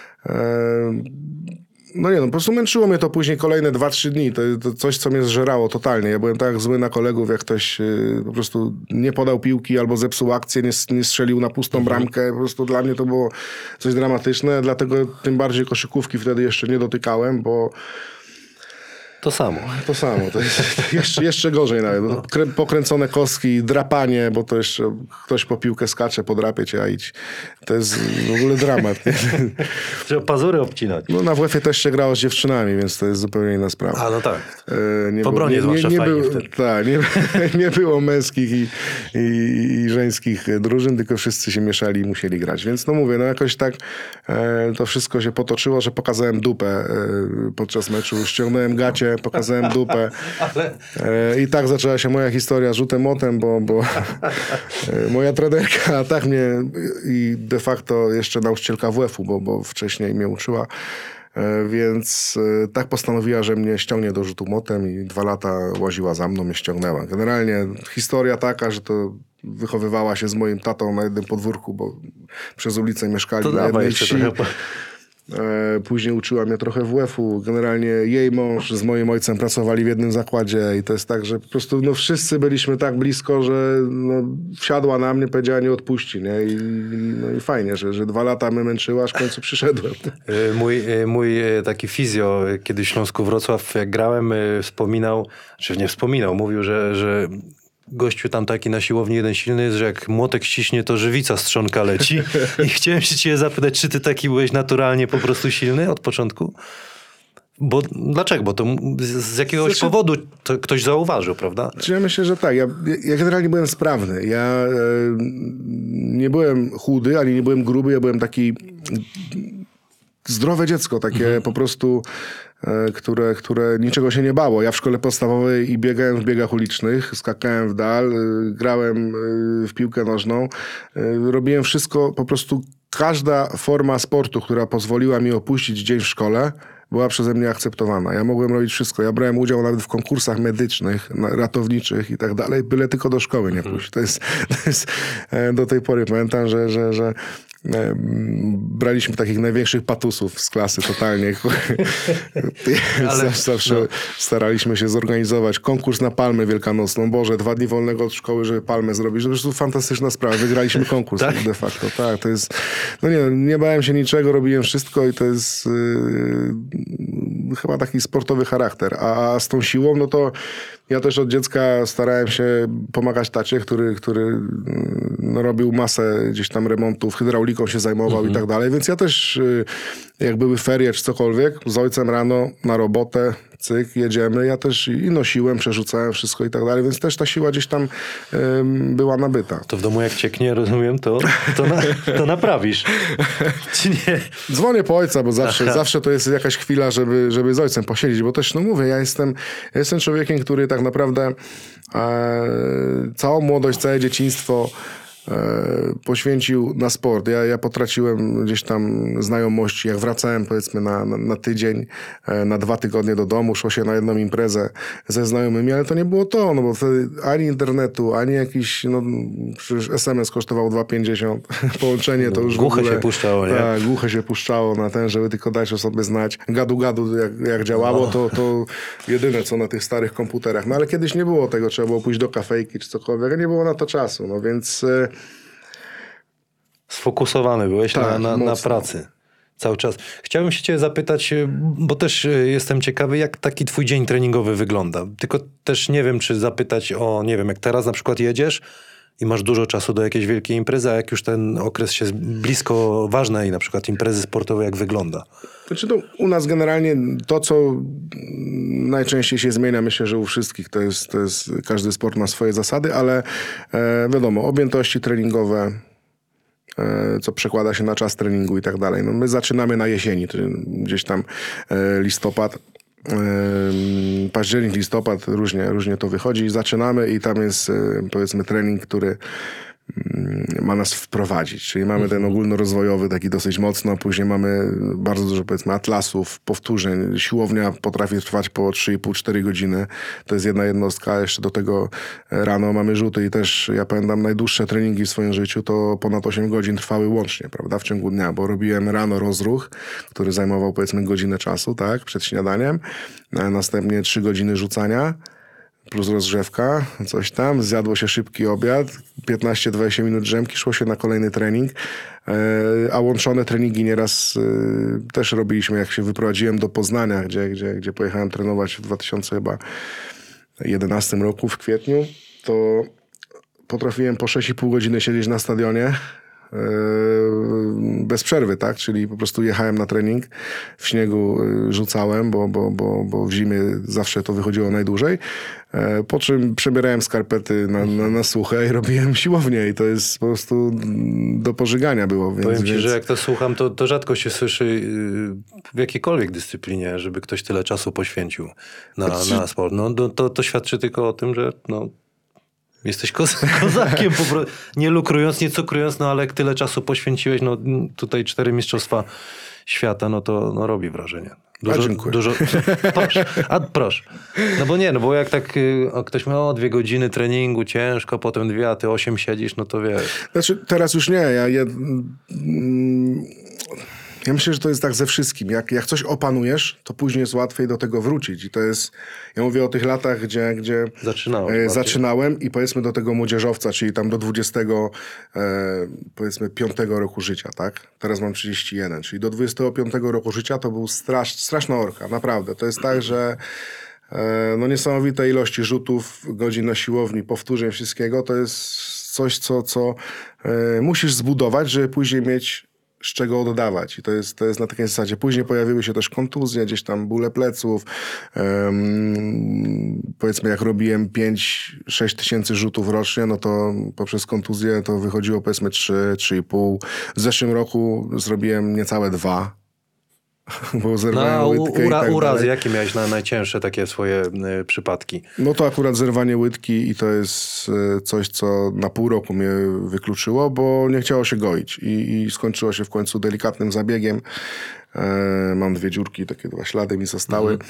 B: no nie, no po prostu męczyło mnie to później kolejne 2-3 dni. To coś, co mnie zżerało totalnie. Ja byłem tak zły na kolegów, jak ktoś po prostu nie podał piłki albo zepsuł akcję, nie strzelił na pustą bramkę. Po prostu dla mnie to było coś dramatyczne. Dlatego tym bardziej koszykówki wtedy jeszcze nie dotykałem, bo
A: To samo.
B: To samo, to jest jeszcze gorzej nawet. Bo pokręcone kostki, drapanie, bo to jeszcze ktoś po piłkę skacze, podrapie cię, a idź. To jest w ogóle dramat. Nie?
A: Trzeba pazury obcinać.
B: No na WF-ie też się grało z dziewczynami, więc to jest zupełnie inna sprawa.
A: A no tak.
B: Nie
A: W obronie zwłaszcza fajnie wtedy.
B: Tak, nie było męskich i żeńskich drużyn, tylko wszyscy się mieszali i musieli grać. Więc no mówię, no jakoś tak to wszystko się potoczyło, że pokazałem dupę podczas meczu, ściągnąłem gacie, pokazałem dupę. I tak zaczęła się moja historia z rzutem młotem, bo moja trenerka tak mnie i de facto jeszcze nauczycielka WF-u, bo wcześniej mnie uczyła, więc tak postanowiła, że mnie ściągnie do rzutu młotem i 2 lata łaziła za mną, mnie ściągnęła. Generalnie historia taka, że to wychowywała się z moim tatą na jednym podwórku, bo przez ulicę mieszkali
A: To
B: na jednej
A: jeszcze
B: wsi.
A: trochę.
B: Później uczyła mnie trochę WF-u. Generalnie jej mąż z moim ojcem pracowali w jednym zakładzie i to jest tak, że po prostu no, wszyscy byliśmy tak blisko, że no, wsiadła na mnie, powiedziała nie odpuści. Nie? I fajnie, że 2 lata mnie męczyła, aż w końcu przyszedłem.
A: Mój taki fizjo kiedyś w Śląsku Wrocław, jak grałem, mówił, że gościu tam taki na siłowni jeden silny jest, że jak młotek ściśnie, to żywica z trzonka leci. I chciałem się ciebie zapytać, czy ty taki byłeś naturalnie po prostu silny od początku? Dlaczego? Bo to z jakiegoś powodu to ktoś zauważył, prawda?
B: Ja myślę, że tak. Ja generalnie byłem sprawny. Ja nie byłem chudy, ani nie byłem gruby. Ja byłem taki zdrowe dziecko, takie po prostu, które niczego się nie bało. Ja w szkole podstawowej i biegałem w biegach ulicznych, skakałem w dal, grałem w piłkę nożną. Robiłem wszystko, po prostu każda forma sportu, która pozwoliła mi opuścić dzień w szkole, była przeze mnie akceptowana. Ja mogłem robić wszystko. Ja brałem udział nawet w konkursach medycznych, ratowniczych i tak dalej, byle tylko do szkoły nie pójść. To jest do tej pory pamiętam, że braliśmy takich największych patusów z klasy totalnie. Zawsze staraliśmy się zorganizować konkurs na palmę wielkanocną. Boże, 2 dni wolnego od szkoły, żeby palmę zrobić. To po prostu fantastyczna sprawa. Wygraliśmy konkurs de facto. Tak, to jest... No nie bałem się niczego, robiłem wszystko i to jest chyba taki sportowy charakter. A z tą siłą, no to ja też od dziecka starałem się pomagać tacie, który robił masę gdzieś tam remontów, hydrauliką się zajmował i tak dalej. Więc ja też, jak były ferie czy cokolwiek, z ojcem rano na robotę, cyk, jedziemy. Ja też i nosiłem, przerzucałem wszystko i tak dalej, więc też ta siła gdzieś tam była nabyta.
A: To w domu jak cieknie, rozumiem, to naprawisz. Czy nie?
B: Dzwonię po ojca, bo zawsze to jest jakaś chwila, żeby z ojcem posiedzieć, bo też, no mówię, ja jestem człowiekiem, który tak naprawdę całą młodość, całe dzieciństwo poświęcił na sport. Ja potraciłem gdzieś tam znajomości. Jak wracałem powiedzmy na tydzień, na 2 tygodnie do domu, szło się na jedną imprezę ze znajomymi, ale to nie było to, no bo wtedy ani internetu, ani jakiś, no przecież SMS kosztował 2,50. Połączenie to już
A: głuche
B: w ogóle,
A: się puszczało, nie?
B: Tak, głuche się puszczało na ten, żeby tylko dać o sobie znać. Gadu jak działało, to jedyne co na tych starych komputerach. No ale kiedyś nie było tego, trzeba było pójść do kafejki czy cokolwiek, a nie było na to czasu, no więc...
A: Sfokusowany byłeś na pracy cały czas. Chciałbym się ciebie zapytać, bo też jestem ciekawy, jak taki twój dzień treningowy wygląda. Tylko też nie wiem, czy zapytać o, nie wiem, jak teraz na przykład jedziesz i masz dużo czasu do jakiejś wielkiej imprezy, a jak już ten okres się blisko ważnej na przykład imprezy sportowej, jak wygląda?
B: Znaczy u nas generalnie to, co najczęściej się zmienia, myślę, że u wszystkich, to jest każdy sport ma swoje zasady, ale wiadomo, objętości treningowe, co przekłada się na czas treningu i tak dalej. No my zaczynamy na jesieni, gdzieś tam listopad, październik, listopad, różnie to wychodzi. Zaczynamy i tam jest powiedzmy trening, który ma nas wprowadzić. Czyli mamy ten ogólnorozwojowy taki dosyć mocno, później mamy bardzo dużo powiedzmy atlasów, powtórzeń. Siłownia potrafi trwać po 3,5-4 godziny. To jest jedna jednostka. Jeszcze do tego rano mamy rzuty i też ja pamiętam najdłuższe treningi w swoim życiu to ponad 8 godzin trwały łącznie, prawda, w ciągu dnia, bo robiłem rano rozruch, który zajmował powiedzmy godzinę czasu, tak, przed śniadaniem. Następnie 3 godziny rzucania. plus rozgrzewka, coś tam, zjadło się szybki obiad, 15-20 minut drzemki, szło się na kolejny trening, a łączone treningi nieraz też robiliśmy, jak się wyprowadziłem do Poznania, gdzie pojechałem trenować w 2011 roku, w kwietniu, to potrafiłem po 6,5 godziny siedzieć na stadionie bez przerwy, tak? Czyli po prostu jechałem na trening, w śniegu rzucałem, bo w zimie zawsze to wychodziło najdłużej. Po czym przebierałem skarpety na suche i robiłem siłownię i to jest po prostu do pożygania było.
A: Powiem ci, że jak to słucham, to rzadko się słyszy w jakiejkolwiek dyscyplinie, żeby ktoś tyle czasu poświęcił na sport. No, to świadczy tylko o tym, że jesteś kozakiem, po prostu. Nie lukrując, nie cukrując, no ale jak tyle czasu poświęciłeś, no tutaj 4 mistrzostwa świata, no to robi wrażenie.
B: Dziękuję.
A: Proszę. No bo jak tak ktoś ma 2 godziny treningu, ciężko, potem 2, a ty 8 siedzisz, no to wiesz.
B: Znaczy, teraz już nie. Ja myślę, że to jest tak ze wszystkim. Jak coś opanujesz, to później jest łatwiej do tego wrócić. I to jest, ja mówię o tych latach, gdzie zaczynałem i powiedzmy do tego młodzieżowca, czyli tam do 25 roku życia, tak? Teraz mam 31, czyli do 25 roku życia to był straszna orka, naprawdę. To jest tak, że niesamowite ilości rzutów, godzin na siłowni, powtórzeń, wszystkiego, to jest coś, co musisz zbudować, żeby później mieć z czego oddawać. I to jest na takiej zasadzie. Później pojawiły się też kontuzje, gdzieś tam bóle pleców. Powiedzmy, jak robiłem 5-6 tysięcy rzutów rocznie, no to poprzez kontuzję to wychodziło powiedzmy 3,5. W zeszłym roku zrobiłem niecałe 2. Bo zerwałem łydkę i tak
A: urazy,
B: dalej.
A: jakie miałeś najcięższe takie swoje przypadki?
B: No to akurat zerwanie łydki i to jest coś, co na pół roku mnie wykluczyło, bo nie chciało się goić i skończyło się w końcu delikatnym zabiegiem. Mam 2 dziurki, takie 2 ślady mi zostały.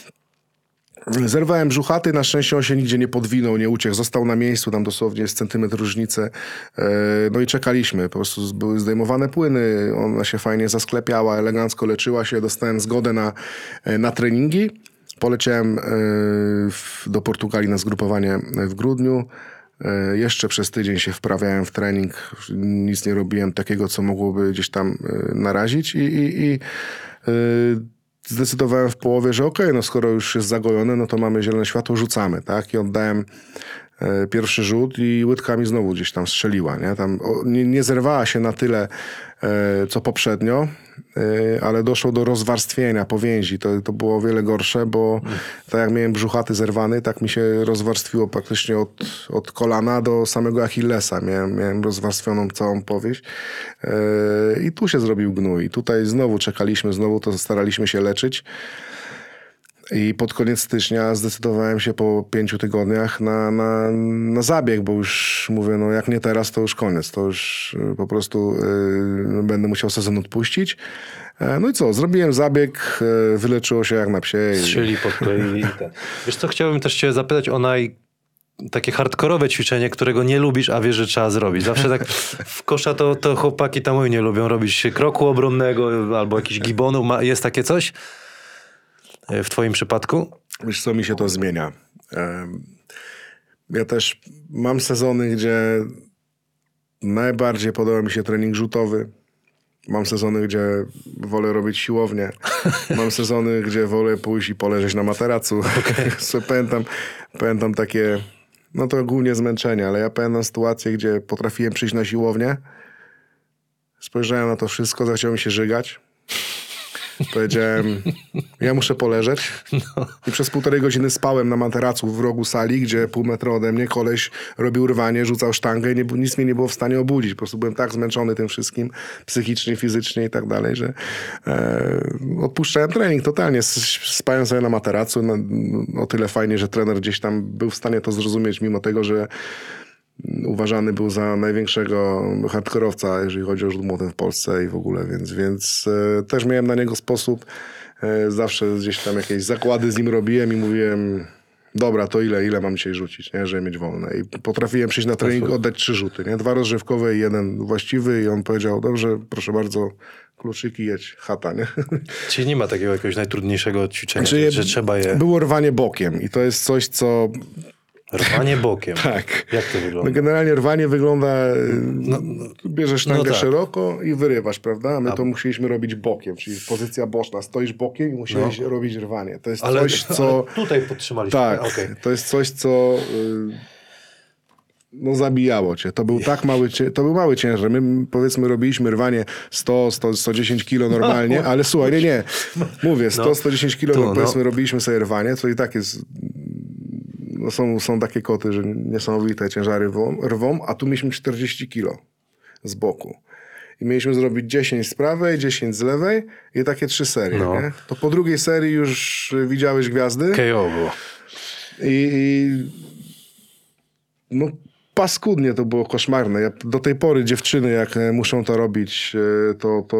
B: Zerwałem brzuchaty, na szczęście on się nigdzie nie podwinął, nie uciekł, został na miejscu, tam dosłownie jest centymetr różnicy. No i czekaliśmy, po prostu były zdejmowane płyny, ona się fajnie zasklepiała, elegancko leczyła się, dostałem zgodę na treningi. Poleciałem do Portugalii na zgrupowanie w grudniu. Jeszcze przez tydzień się wprawiałem w trening, nic nie robiłem takiego, co mogłoby gdzieś tam narazić i zdecydowałem w połowie, że okej, no skoro już jest zagojone, no to mamy zielone światło, rzucamy, tak? I oddałem pierwszy rzut i łydka mi znowu gdzieś tam strzeliła, nie? Tam nie zerwała się na tyle, co poprzednio, ale doszło do rozwarstwienia powięzi. To było o wiele gorsze, bo tak jak miałem brzuchaty zerwany, tak mi się rozwarstwiło praktycznie od kolana do samego Achillesa. Miałem rozwarstwioną całą powieść i tu się zrobił gnój. I tutaj znowu czekaliśmy, znowu to staraliśmy się leczyć. I pod koniec stycznia zdecydowałem się po 5 tygodniach na zabieg, bo już mówię, no jak nie teraz, to już koniec. To już po prostu będę musiał sezon odpuścić. No i co, zrobiłem zabieg, wyleczyło się jak na psie.
A: Strzyli, podkleili. Wiesz co, chciałbym też cię zapytać o takie hardkorowe ćwiczenie, którego nie lubisz, a wiesz, że trzeba zrobić. Zawsze tak w kosza to chłopaki tam nie lubią robić kroku obronnego albo jakichś gibonów. Jest takie coś? W twoim przypadku?
B: Wiesz co, mi się to zmienia. Ja też mam sezony, gdzie najbardziej podoba mi się trening rzutowy. Mam sezony, gdzie wolę robić siłownię. Mam sezony, gdzie wolę pójść i poleżeć na materacu. Pamiętam takie, no to głównie zmęczenie, ale ja pamiętam sytuację, gdzie potrafiłem przyjść na siłownię. Spojrzałem na to wszystko, zaczęło mi się żygać. Powiedziałem, ja muszę poleżeć. I przez 1,5 godziny spałem na materacu w rogu sali, gdzie pół metra ode mnie koleś robił rwanie, rzucał sztangę i nic mnie nie było w stanie obudzić. Po prostu byłem tak zmęczony tym wszystkim, psychicznie, fizycznie i tak dalej, że odpuszczałem trening totalnie. Spałem sobie na materacu. O tyle fajnie, że trener gdzieś tam był w stanie to zrozumieć, mimo tego, że uważany był za największego hardkorowca, jeżeli chodzi o rzut młotem w Polsce i w ogóle, więc też miałem na niego sposób. Zawsze gdzieś tam jakieś zakłady z nim robiłem i mówiłem, dobra, to ile mam dzisiaj rzucić, nie? Żeby mieć wolne. I potrafiłem przyjść na trening, oddać 3 rzuty, nie? 2 rozgrzewkowe i 1 właściwy i on powiedział, dobrze, proszę bardzo, kluczyki, jedź, chata, nie?
A: Czyli nie ma takiego jakiegoś najtrudniejszego ćwiczenia,
B: Znaczy,
A: że trzeba je...
B: Było rwanie bokiem i to jest coś, co
A: Rwanie bokiem.
B: Tak.
A: Jak to
B: No
A: wygląda?
B: generalnie rwanie wygląda, bierzesz sztangę
A: tak.
B: szeroko i wyrywasz, prawda? A my to musieliśmy robić bokiem, czyli pozycja boczna. Stoisz bokiem i musiałeś robić rwanie. To jest coś, co...
A: Ale tutaj podtrzymaliśmy.
B: Tak,
A: Okej.
B: to jest coś, co no zabijało cię. To był tak mały, to był mały ciężar. My powiedzmy robiliśmy rwanie 110 kilo normalnie, ale słuchaj, nie. Mówię, 110 kilo,
A: Tu,
B: powiedzmy robiliśmy sobie rwanie, co i tak jest... No są takie koty, że niesamowite ciężary rwą, a tu mieliśmy 40 kilo z boku. I mieliśmy zrobić 10 z prawej, 10 z lewej i takie 3 serie.
A: No.
B: Nie? To po drugiej serii już widziałeś gwiazdy.
A: KO było.
B: I no paskudnie to było koszmarne. Ja, do tej pory dziewczyny, jak muszą to robić, to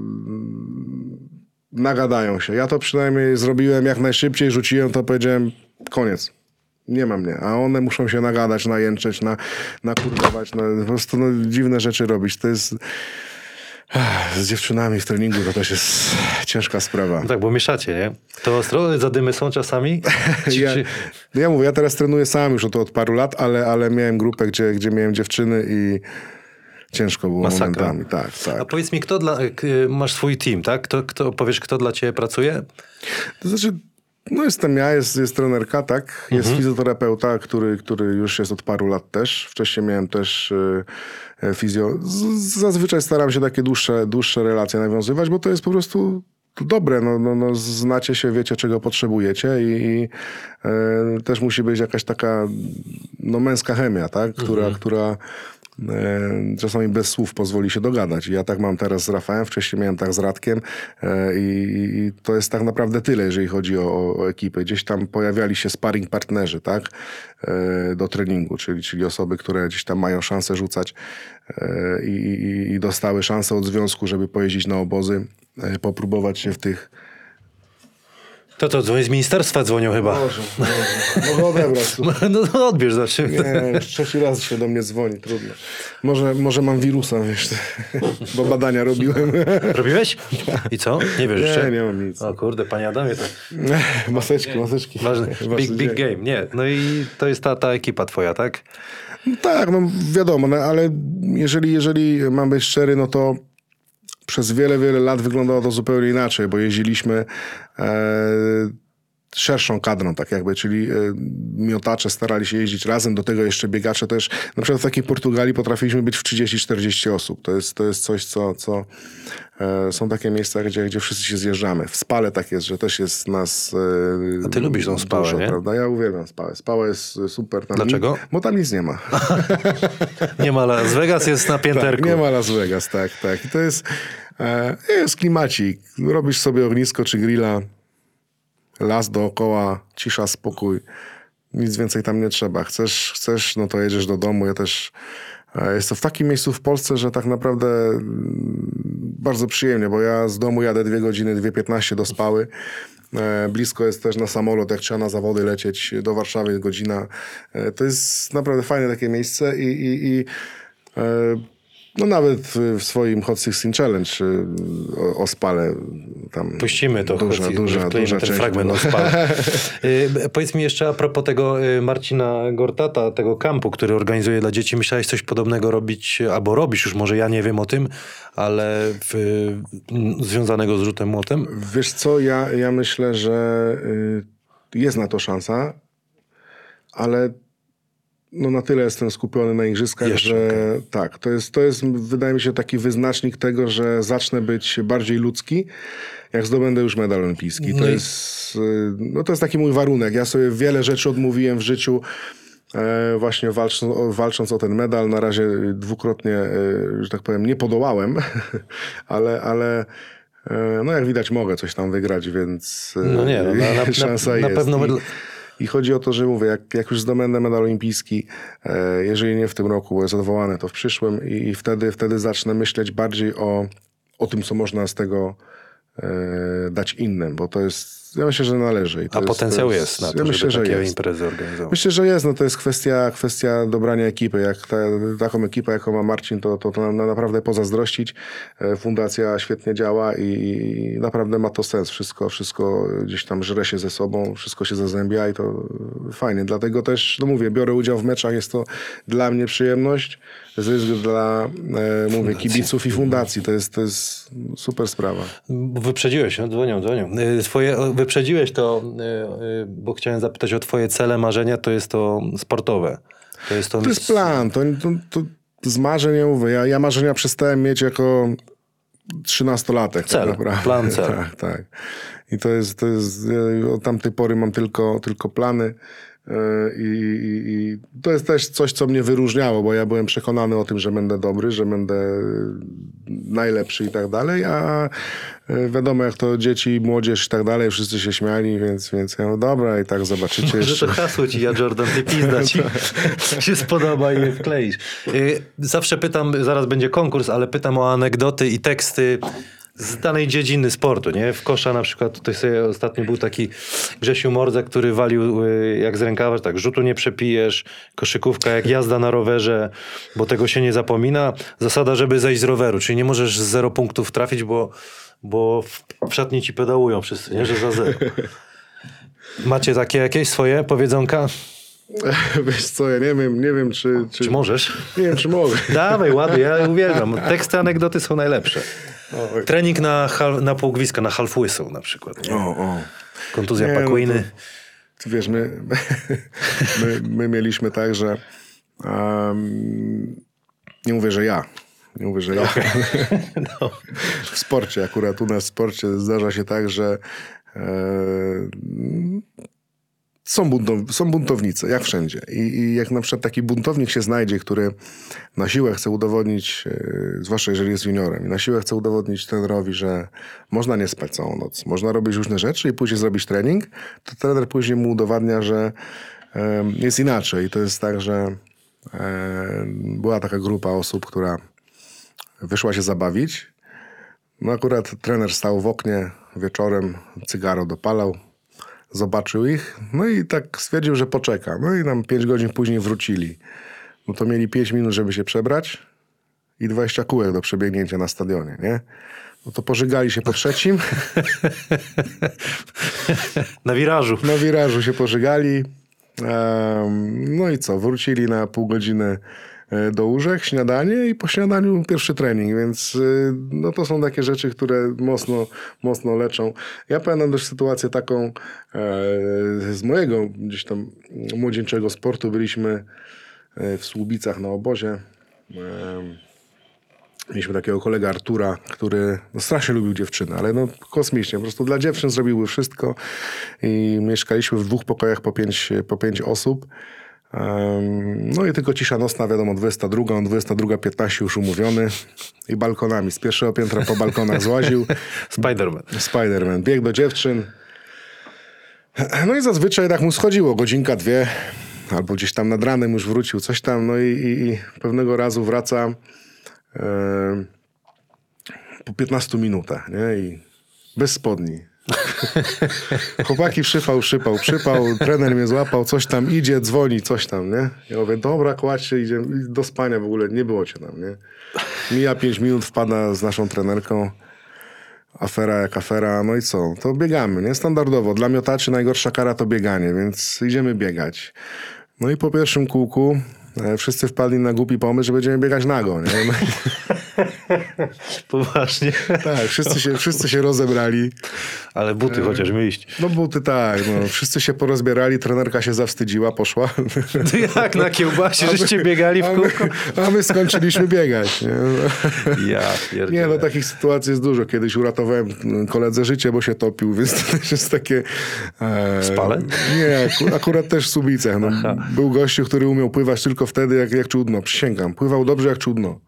B: nagadają się. Ja to przynajmniej zrobiłem jak najszybciej, rzuciłem to, powiedziałem koniec. Nie ma mnie. A one muszą się nagadać, najęczeć, nakurdować, po prostu dziwne rzeczy robić. To jest... Z dziewczynami w treningu to też jest ciężka sprawa.
A: No tak, bo mieszacie, nie? To ostro, zadymy są czasami?
B: Ja mówię, ja teraz trenuję sam już od paru lat, ale miałem grupę, gdzie miałem dziewczyny i ciężko było
A: Masakra.
B: momentami. Tak.
A: A powiedz mi, masz swój team, tak? Powiesz, kto dla ciebie pracuje?
B: To znaczy, no jestem ja, jest trenerka, tak? Jest fizjoterapeuta, który już jest od paru lat też. Wcześniej miałem też fizjo. Zazwyczaj staram się takie dłuższe relacje nawiązywać, bo to jest po prostu dobre. No, znacie się, wiecie, czego potrzebujecie i też musi być jakaś taka męska chemia, tak? Która czasami bez słów pozwoli się dogadać. Ja tak mam teraz z Rafałem, wcześniej miałem tak z Radkiem i to jest tak naprawdę tyle, jeżeli chodzi o ekipę. Gdzieś tam pojawiali się sparring partnerzy, tak? Do treningu, czyli osoby, które gdzieś tam mają szansę rzucać i dostały szansę od związku, żeby pojeździć na obozy, popróbować się w tych...
A: To dzwoni z ministerstwa, dzwonią chyba.
B: Mogę odebrać.
A: No odbierz znaczy.
B: Nie, już trzeci raz się do mnie dzwoni, trudno. Może mam wirusa, wiesz, bo badania robiłem.
A: Robiłeś? I co? Nie wiesz jeszcze?
B: Nie mam nic.
A: O kurde, panie Adamie, to
B: Maseczki.
A: ważny.
B: Ważny
A: Big
B: dzień.
A: game, nie. No i to jest ta ekipa twoja, tak?
B: No tak, no wiadomo, no, ale jeżeli mam być szczery, no to przez wiele lat wyglądało to zupełnie inaczej, bo jeździliśmy szerszą kadrą, tak jakby, czyli miotacze starali się jeździć razem, do tego jeszcze biegacze też. Na przykład w takiej Portugalii potrafiliśmy być w 30-40 osób. To jest coś, co są takie miejsca, gdzie wszyscy się zjeżdżamy. W Spale tak jest, że też jest nas
A: A ty lubisz tą Spałę,
B: dużo,
A: nie?
B: prawda? Ja uwielbiam Spałę. Spała jest super. Tam
A: Dlaczego?
B: Bo tam nic nie ma.
A: Nie ma Las Vegas, jest na pięterku.
B: Tak, nie ma Las Vegas, tak. I to jest klimacik. Robisz sobie ognisko czy grilla, las dookoła, cisza, spokój. Nic więcej tam nie trzeba. Chcesz, no to jedziesz do domu. Ja też jest to w takim miejscu w Polsce, że tak naprawdę bardzo przyjemnie, bo ja z domu jadę 2 godziny, 2:15 do Spały. Blisko jest też na samolot, jak trzeba na zawody lecieć do Warszawy, godzina. To jest naprawdę fajne takie miejsce i no nawet w swoim Hot 16 Challenge o Spale tam
A: Puścimy to,
B: duża
A: ten
B: część
A: fragment o Spale. Powiedz mi jeszcze a propos tego Marcina Gortata, tego kampu, który organizuje dla dzieci. Myślałeś coś podobnego robić, albo robisz już, może ja nie wiem o tym, ale związanego z rzutem młotem?
B: Wiesz co, ja myślę, że jest na to szansa, ale no na tyle jestem skupiony na igrzyskach,
A: Jeszcze,
B: że tak, to jest wydaje mi się taki wyznacznik tego, że zacznę być bardziej ludzki, jak zdobędę już medal olimpijski. To jest taki mój warunek. Ja sobie wiele rzeczy odmówiłem w życiu, właśnie walcząc o ten medal. Na razie dwukrotnie, że tak powiem, nie podołałem, ale no jak widać mogę coś tam wygrać, więc
A: No nie, no,
B: szansa
A: na
B: jest.
A: pewno
B: I chodzi o to, że mówię, jak już zdobędę medal olimpijski, jeżeli nie w tym roku, bo jest odwołane, to w przyszłym i wtedy zacznę myśleć bardziej o tym, co można z tego dać innym, bo to jest ja myślę, że należy. I to
A: A
B: jest,
A: potencjał
B: to
A: jest na to,
B: ja myślę,
A: żeby takie
B: że jest.
A: imprezy organizować.
B: Myślę, że jest. No to jest kwestia dobrania ekipy. Jak taką ekipę, jaką ma Marcin, to nam naprawdę pozazdrościć. Fundacja świetnie działa i naprawdę ma to sens. Wszystko gdzieś tam żre się ze sobą, wszystko się zazębia i to fajnie. Dlatego też, no mówię, biorę udział w meczach. Jest to dla mnie przyjemność, zysk dla, kibiców i fundacji. To jest super sprawa.
A: Wyprzedziłeś, no, dzwonią. Wyprzedziłeś to, bo chciałem zapytać o twoje cele, marzenia, to jest to sportowe. To jest
B: Plan. To z marzeń, ja mówię, ja marzenia przestałem mieć jako 13-latek.
A: Cel,
B: tak naprawdę.
A: plan, cel.
B: Tak. I to jest od tamtej pory mam tylko plany. I to jest też coś, co mnie wyróżniało, bo ja byłem przekonany o tym, że będę dobry, że będę najlepszy i tak dalej, a wiadomo, jak to dzieci, młodzież i tak dalej, wszyscy się śmiali, więc ja mówię, dobra, i tak zobaczycie
A: Może
B: jeszcze.
A: to hasło ci, ja Jordan, ty pizda ci się spodoba i je wkleisz. Zawsze pytam, zaraz będzie konkurs, ale pytam o anegdoty i teksty z danej dziedziny sportu, nie? W kosza na przykład, tutaj sobie ostatnio był taki Grzesiu Mordza, który walił jak z rękawa, tak, rzutu nie przepijesz, koszykówka jak jazda na rowerze, bo tego się nie zapomina. Zasada, żeby zejść z roweru, czyli nie możesz z 0 punktów trafić, bo w szatni ci pedałują wszyscy, nie? Że za 0. Macie takie jakieś swoje powiedzonka?
B: Wiesz co, ja nie wiem,
A: Czy możesz?
B: Nie wiem, czy mogę.
A: Dawaj, ładnie, ja uwielbiam. Teksty, anegdoty są najlepsze. Trening na półgwiska, na half whistle na przykład. Nie? Kontuzja Paquiny.
B: No to, wiesz, my mieliśmy tak, że nie mówię, że ja.
A: No.
B: W sporcie, akurat u nas w sporcie zdarza się tak, że są buntownicy, jak wszędzie. I jak na przykład taki buntownik się znajdzie, który na siłę chce udowodnić, zwłaszcza jeżeli jest juniorem, i na siłę chce udowodnić trenerowi, że można nie spać całą noc, można robić różne rzeczy i później zrobić trening, to trener później mu udowadnia, że jest inaczej. I to jest tak, że była taka grupa osób, która wyszła się zabawić. No akurat trener stał w oknie wieczorem, cygaro dopalał, zobaczył ich, no i tak stwierdził, że poczeka. No i nam 5 godzin później wrócili. No to mieli 5 minut, żeby się przebrać i 20 kółek do przebiegnięcia na stadionie, nie? No to pożygali się po trzecim.
A: Na wirażu.
B: Na wirażu się pożygali. No i co? Wrócili na pół godziny do łóżek, śniadanie i po śniadaniu pierwszy trening, więc no to są takie rzeczy, które mocno leczą. Ja pamiętam też sytuację taką z mojego gdzieś tam młodzieńczego sportu. Byliśmy w Słubicach na obozie. Mieliśmy takiego kolegę Artura, który strasznie lubił dziewczyny, ale kosmicznie. Po prostu dla dziewczyn zrobiły wszystko i mieszkaliśmy w 2 pokojach po 5 osób. No i tylko cisza nocna, wiadomo, 22, on 22:15 już umówiony i balkonami. Z pierwszego piętra po balkonach złaził. Spider-Man. Biegł do dziewczyn. No i zazwyczaj tak mu schodziło, godzinka, 2, albo gdzieś tam nad ranem już wrócił, coś tam. No i pewnego razu wraca po 15 minutach, nie? I bez spodni. Chłopaki przypał, trener mnie złapał, coś tam idzie, dzwoni, coś tam, nie? Ja mówię, dobra, kładź się, idziemy do spania, w ogóle nie było cię tam, nie? Mija 5 minut, wpada z naszą trenerką, afera jak afera, no i co? To biegamy, nie? Standardowo, dla miotaczy najgorsza kara to bieganie, więc idziemy biegać. No i po pierwszym kółku wszyscy wpadli na głupi pomysł, że będziemy biegać nago, nie? No.
A: Poważnie.
B: Tak, wszyscy się rozebrali.
A: Ale buty chociaż iść.
B: No buty tak, no. Wszyscy się porozbierali, trenerka się zawstydziła, poszła.
A: Ty jak na kiełbasie, żeście biegali w kółko?
B: A my skończyliśmy biegać. Nie?
A: Ja pierdolę.
B: Nie, no takich sytuacji jest dużo. Kiedyś uratowałem koledze życie, bo się topił, więc to też jest takie...
A: Spale?
B: Nie, akurat też w Słubicach. No, był gościu, który umiał pływać tylko wtedy, jak czuł dno. Przysięgam. Pływał dobrze, jak czuł dno.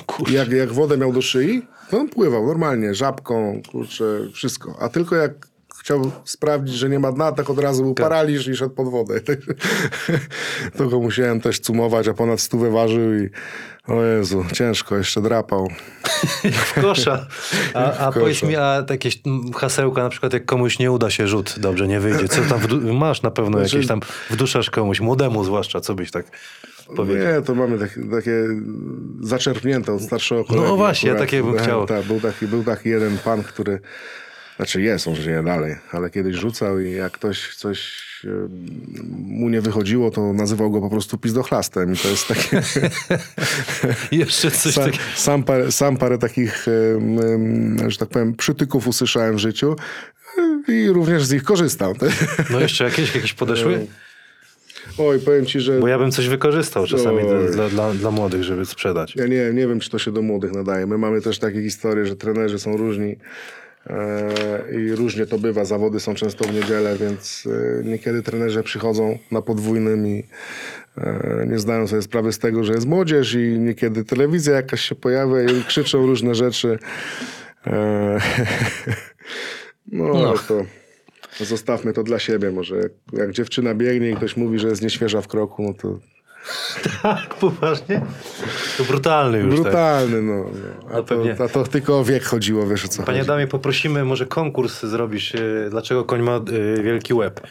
B: Jak wodę miał do szyi, to on pływał normalnie, żabką, kurczę, wszystko. A tylko jak chciał sprawdzić, że nie ma dna, tak od razu był paraliż i szedł pod wodę. To go musiałem też cumować, a ponad 100 ważył i o Jezu, ciężko, jeszcze drapał.
A: W kosza. A powiedz mi, a jakieś hasełka, na przykład jak komuś nie uda się rzut, dobrze, nie wyjdzie, co tam masz na pewno jakieś tam, wduszasz komuś, młodemu zwłaszcza, co byś tak powiedział?
B: Nie, to mamy takie zaczerpnięte od starszego kolegi.
A: No właśnie,
B: akurat.
A: ja takie bym chciał.
B: Tak, był taki jeden pan, który, znaczy jest, on żyje dalej, ale kiedyś rzucał i jak ktoś coś mu nie wychodziło, to nazywał go po prostu pizdochlastem i to jest takie...
A: Jeszcze coś takiego.
B: Sam parę takich, że tak powiem, przytyków usłyszałem w życiu i również z nich korzystam.
A: No jeszcze jakieś podeszły?
B: Oj, powiem ci, że...
A: Bo ja bym coś wykorzystał czasami
B: Oj.
A: dla młodych, żeby sprzedać.
B: Ja nie wiem, czy to się do młodych nadaje. My mamy też takie historie, że trenerzy są różni i różnie to bywa. Zawody są często w niedzielę, więc niekiedy trenerzy przychodzą na podwójnym i nie zdają sobie sprawy z tego, że jest młodzież i niekiedy telewizja jakaś się pojawia i krzyczą różne rzeczy. No. To zostawmy to dla siebie. Może jak dziewczyna biegnie i ktoś mówi, że jest nieświeża w kroku, no to...
A: Tak, poważnie? To brutalny już.
B: Brutalny,
A: tak.
B: no.
A: pewnie.
B: A to tylko o wiek chodziło, wiesz o co
A: Panie
B: chodzi.
A: Adamie, poprosimy, może konkurs zrobisz, dlaczego koń ma wielki łeb.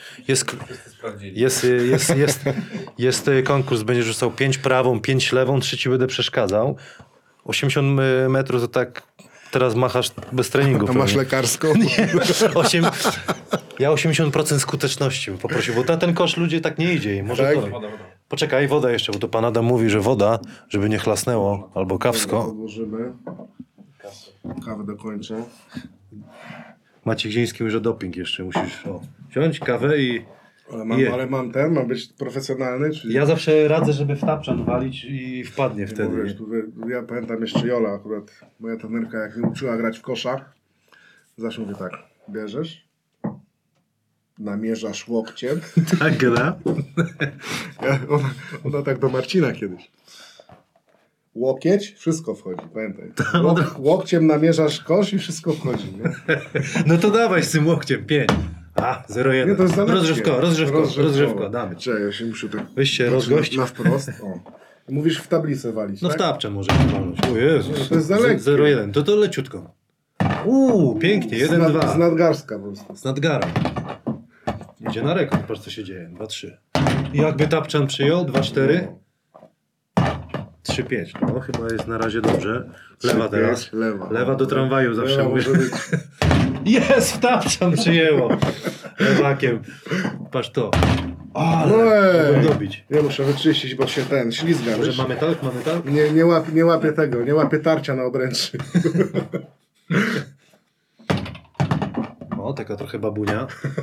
A: Jest konkurs, będziesz rzucał 5 prawą, 5 lewą, 3 ci będę przeszkadzał. 80 metrów to tak teraz machasz bez treningu.
B: A masz
A: pewnie.
B: lekarską?
A: Nie, 8, ja 80% skuteczności bym poprosił, bo ten kosz ludzie tak nie idzie. I może
B: Tak?
A: to... Poczekaj, woda jeszcze, bo to pan Adam mówi, że woda, żeby nie chlasnęło, albo kawsko.
B: Odłożymy. Kawę dokończę.
A: Maciek Ziński mówi, że doping jeszcze musisz wziąć kawę i...
B: Ale mam mam być profesjonalny? Czy...
A: Ja zawsze radzę, żeby w tapczan walić i wpadnie wtedy.
B: Bo wiesz, ja pamiętam jeszcze Jola akurat, moja trenerka, jak mnie uczyła grać w kosza, zawsze mówię tak, bierzesz, namierzasz łokciem.
A: Tak, gra?
B: Ona tak do Marcina kiedyś. Łokieć, wszystko wchodzi, pamiętaj. Łokciem namierzasz kosz i wszystko wchodzi. Nie?
A: No to dawaj z tym łokciem, 5. A, 0,1.
B: Nie, to jest za
A: Rozgrzewko, damy.
B: Czekaj, ja się muszę tak...
A: Weź się rozgość.
B: Na wprost. O. Mówisz w tablicę walić,
A: No
B: tak?
A: w tapczan może walnąć. O Jezus.
B: To jest za lekkie.
A: 0,1. To leciutko. Pięknie, 1,2.
B: Z nadgarstka po prostu.
A: Z nadgara. Idzie na rekord, patrz co się dzieje. 2-3. I jakby tapczan przyjął, 2-4. 3-5. No chyba jest na razie dobrze. Lewa
B: 3-5,
A: teraz.
B: lewa.
A: Do tramwaju zawsze
B: Lewa
A: mówię.
B: może być.
A: Jest, w tapczan przyjęło. Lewakiem. Patrz to. Ale mogłem dobić.
B: Ja muszę wyczyścić, bo się ślizga.
A: Może
B: wiesz?
A: mamy tak?
B: Nie łapię tego, nie łapię tarcia na obręczy.
A: O, taka trochę babunia.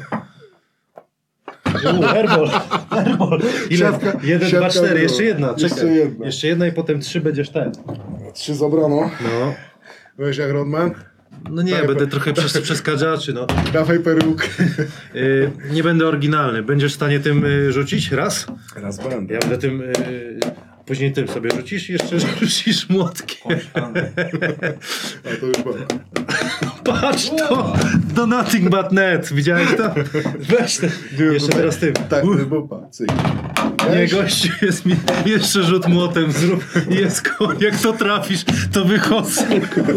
A: Herbol. Ile?
B: Siatka-
A: 1, 2,
B: siatka
A: 4.
B: była.
A: Jeszcze jedna.
B: Jeszcze
A: Czekaj.
B: jedna.
A: Jeszcze jedna i potem 3 będziesz ten.
B: 3 z obroną.
A: No.
B: Weź jak Rodman.
A: No nie,
B: Daj,
A: będę trochę przeskadzaczy, no.
B: Dawaj perukę.
A: Nie będę oryginalny. Będziesz w stanie tym rzucić? Raz.
B: Raz będę.
A: Ja będę tym... Później tym sobie rzucisz i jeszcze rzucisz młotkiem.
B: A to już będę.
A: Patrz to! Do nothing but net. Widziałeś to? Weź to. Jeszcze teraz tym.
B: Tak, bupa. Cyk.
A: Nie, gościu, jest mi jeszcze rzut młotem zrób i jest koń. Jak to trafisz, to wychodzę.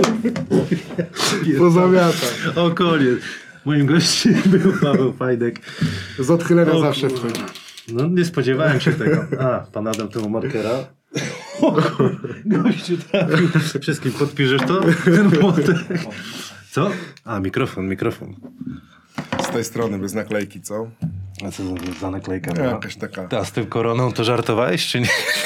B: Pozamiata.
A: O, koniec. Moim gościem był Paweł Fajdek.
B: Z odchylenia zawsze wchodzi.
A: No, nie spodziewałem się tego. A, pan Adam temu markera. O, gościu trafił. Wszystkim podpiszesz to? Ten młotek. Co? A, mikrofon.
B: Z tej strony, bez naklejki, co?
A: A co za naklejka?
B: Jakaś taka.
A: A z tym koroną to żartowałeś, czy nie?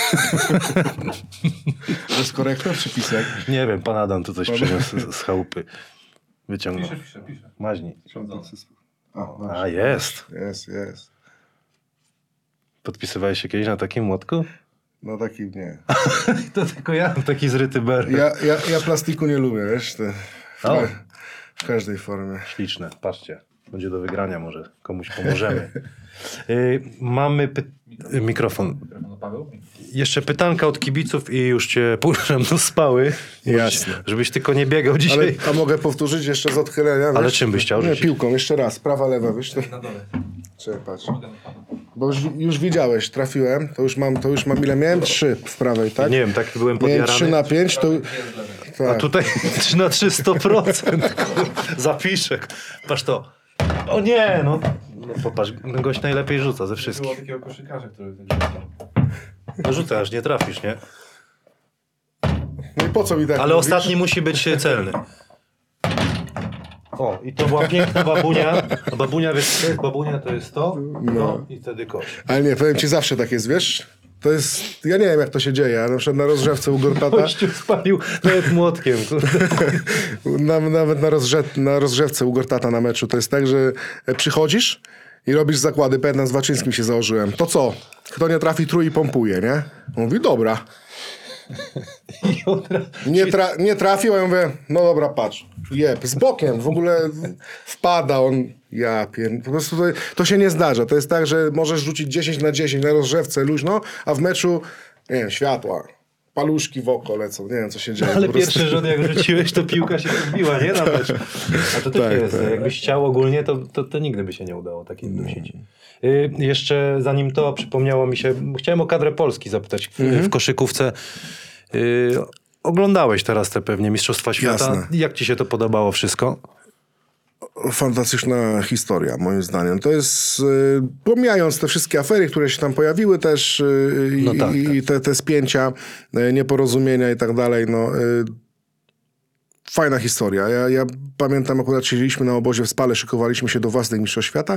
B: Bez korektor czy pisek?
A: Nie wiem, pan Adam tu coś przyniósł z chałupy. Wyciągnął.
C: Piszę.
A: Maźni.
B: O,
A: A, jest.
B: Jest.
A: Podpisywałeś się kiedyś na takim młotku?
B: No taki nie.
A: To tylko ja mam taki zryty ber.
B: Ja plastiku nie lubię, wiesz?
A: O.
B: W każdej formie.
A: Śliczne, patrzcie. będzie do wygrania, może komuś pomożemy. Mamy mikrofon.
C: Paweł?
A: Jeszcze pytanka od kibiców i już cię puszczam do spały.
B: Jasne.
A: Żebyś tylko nie biegał dzisiaj.
B: A mogę powtórzyć jeszcze z odchylenia?
A: Ale
B: wiesz?
A: czym byś chciał
B: Nie,
A: rzucić?
B: piłką, jeszcze raz. Prawa, lewa, wiesz?
C: Na dole.
B: Czekaj, patrz. Bo już widziałeś, trafiłem. To już mam ile miałem? 3 w prawej, tak?
A: Nie wiem, tak byłem
B: Miałem
A: podjarany.
B: 3/5, to...
A: A
B: Tak.
A: tutaj 3/3 100%. Zapiszę. Patrz to. O nie, no. Popatrz, gość najlepiej rzuca ze
C: Było
A: wszystkich.
C: takiego koszykarza, który będzie rzucał.
A: No rzucę, aż nie trafisz, nie?
B: No i po co mi tak
A: Ale
B: mówisz?
A: ostatni musi być celny. O, i to była piękna babunia. A babunia, wiesz, co jest babunia, to jest to, no i wtedy kosz.
B: Ale nie, powiem ci, zawsze tak jest, wiesz? To jest... Ja nie wiem, jak to się dzieje, ale na przykład na rozgrzewce u Gortata...
A: Kościół spalił nawet młotkiem.
B: Nawet na rozgrzewce u Gortata na meczu to jest tak, że przychodzisz i robisz zakłady. Pamiętam, z Waczyńskim się założyłem. To co? Kto nie trafi, trój i pompuje, nie? On mówi, dobra.
A: I od razu-
B: Nie trafił, a ja mówię, no dobra, patrz. Jeb, z bokiem, w ogóle wpada on. Po prostu to się nie zdarza. To jest tak, że możesz rzucić 10/10 na rozgrzewce luźno, a w meczu, nie wiem, światła. Paluszki w oko lecą, nie wiem co się dzieje.
A: Ale
B: po prostu.
A: pierwszy rzut jak rzuciłeś, to piłka się rozbiła, nie? Na mecz. A to też
B: Tak,
A: jest.
B: tak.
A: Jakbyś chciał ogólnie, to nigdy by się nie udało takiej dusić. Jeszcze zanim to przypomniało mi się, chciałem o kadrę Polski zapytać. W koszykówce oglądałeś teraz te pewnie Mistrzostwa Świata.
B: Jasne.
A: Jak ci się to podobało wszystko?
B: Fantastyczna historia, moim zdaniem. To jest, pomijając te wszystkie afery, które się tam pojawiły też
A: No tak,
B: i te spięcia, nieporozumienia i tak dalej, no fajna historia. Ja pamiętam, akurat siedzieliśmy na obozie w Spale, szykowaliśmy się do własnych mistrzostw świata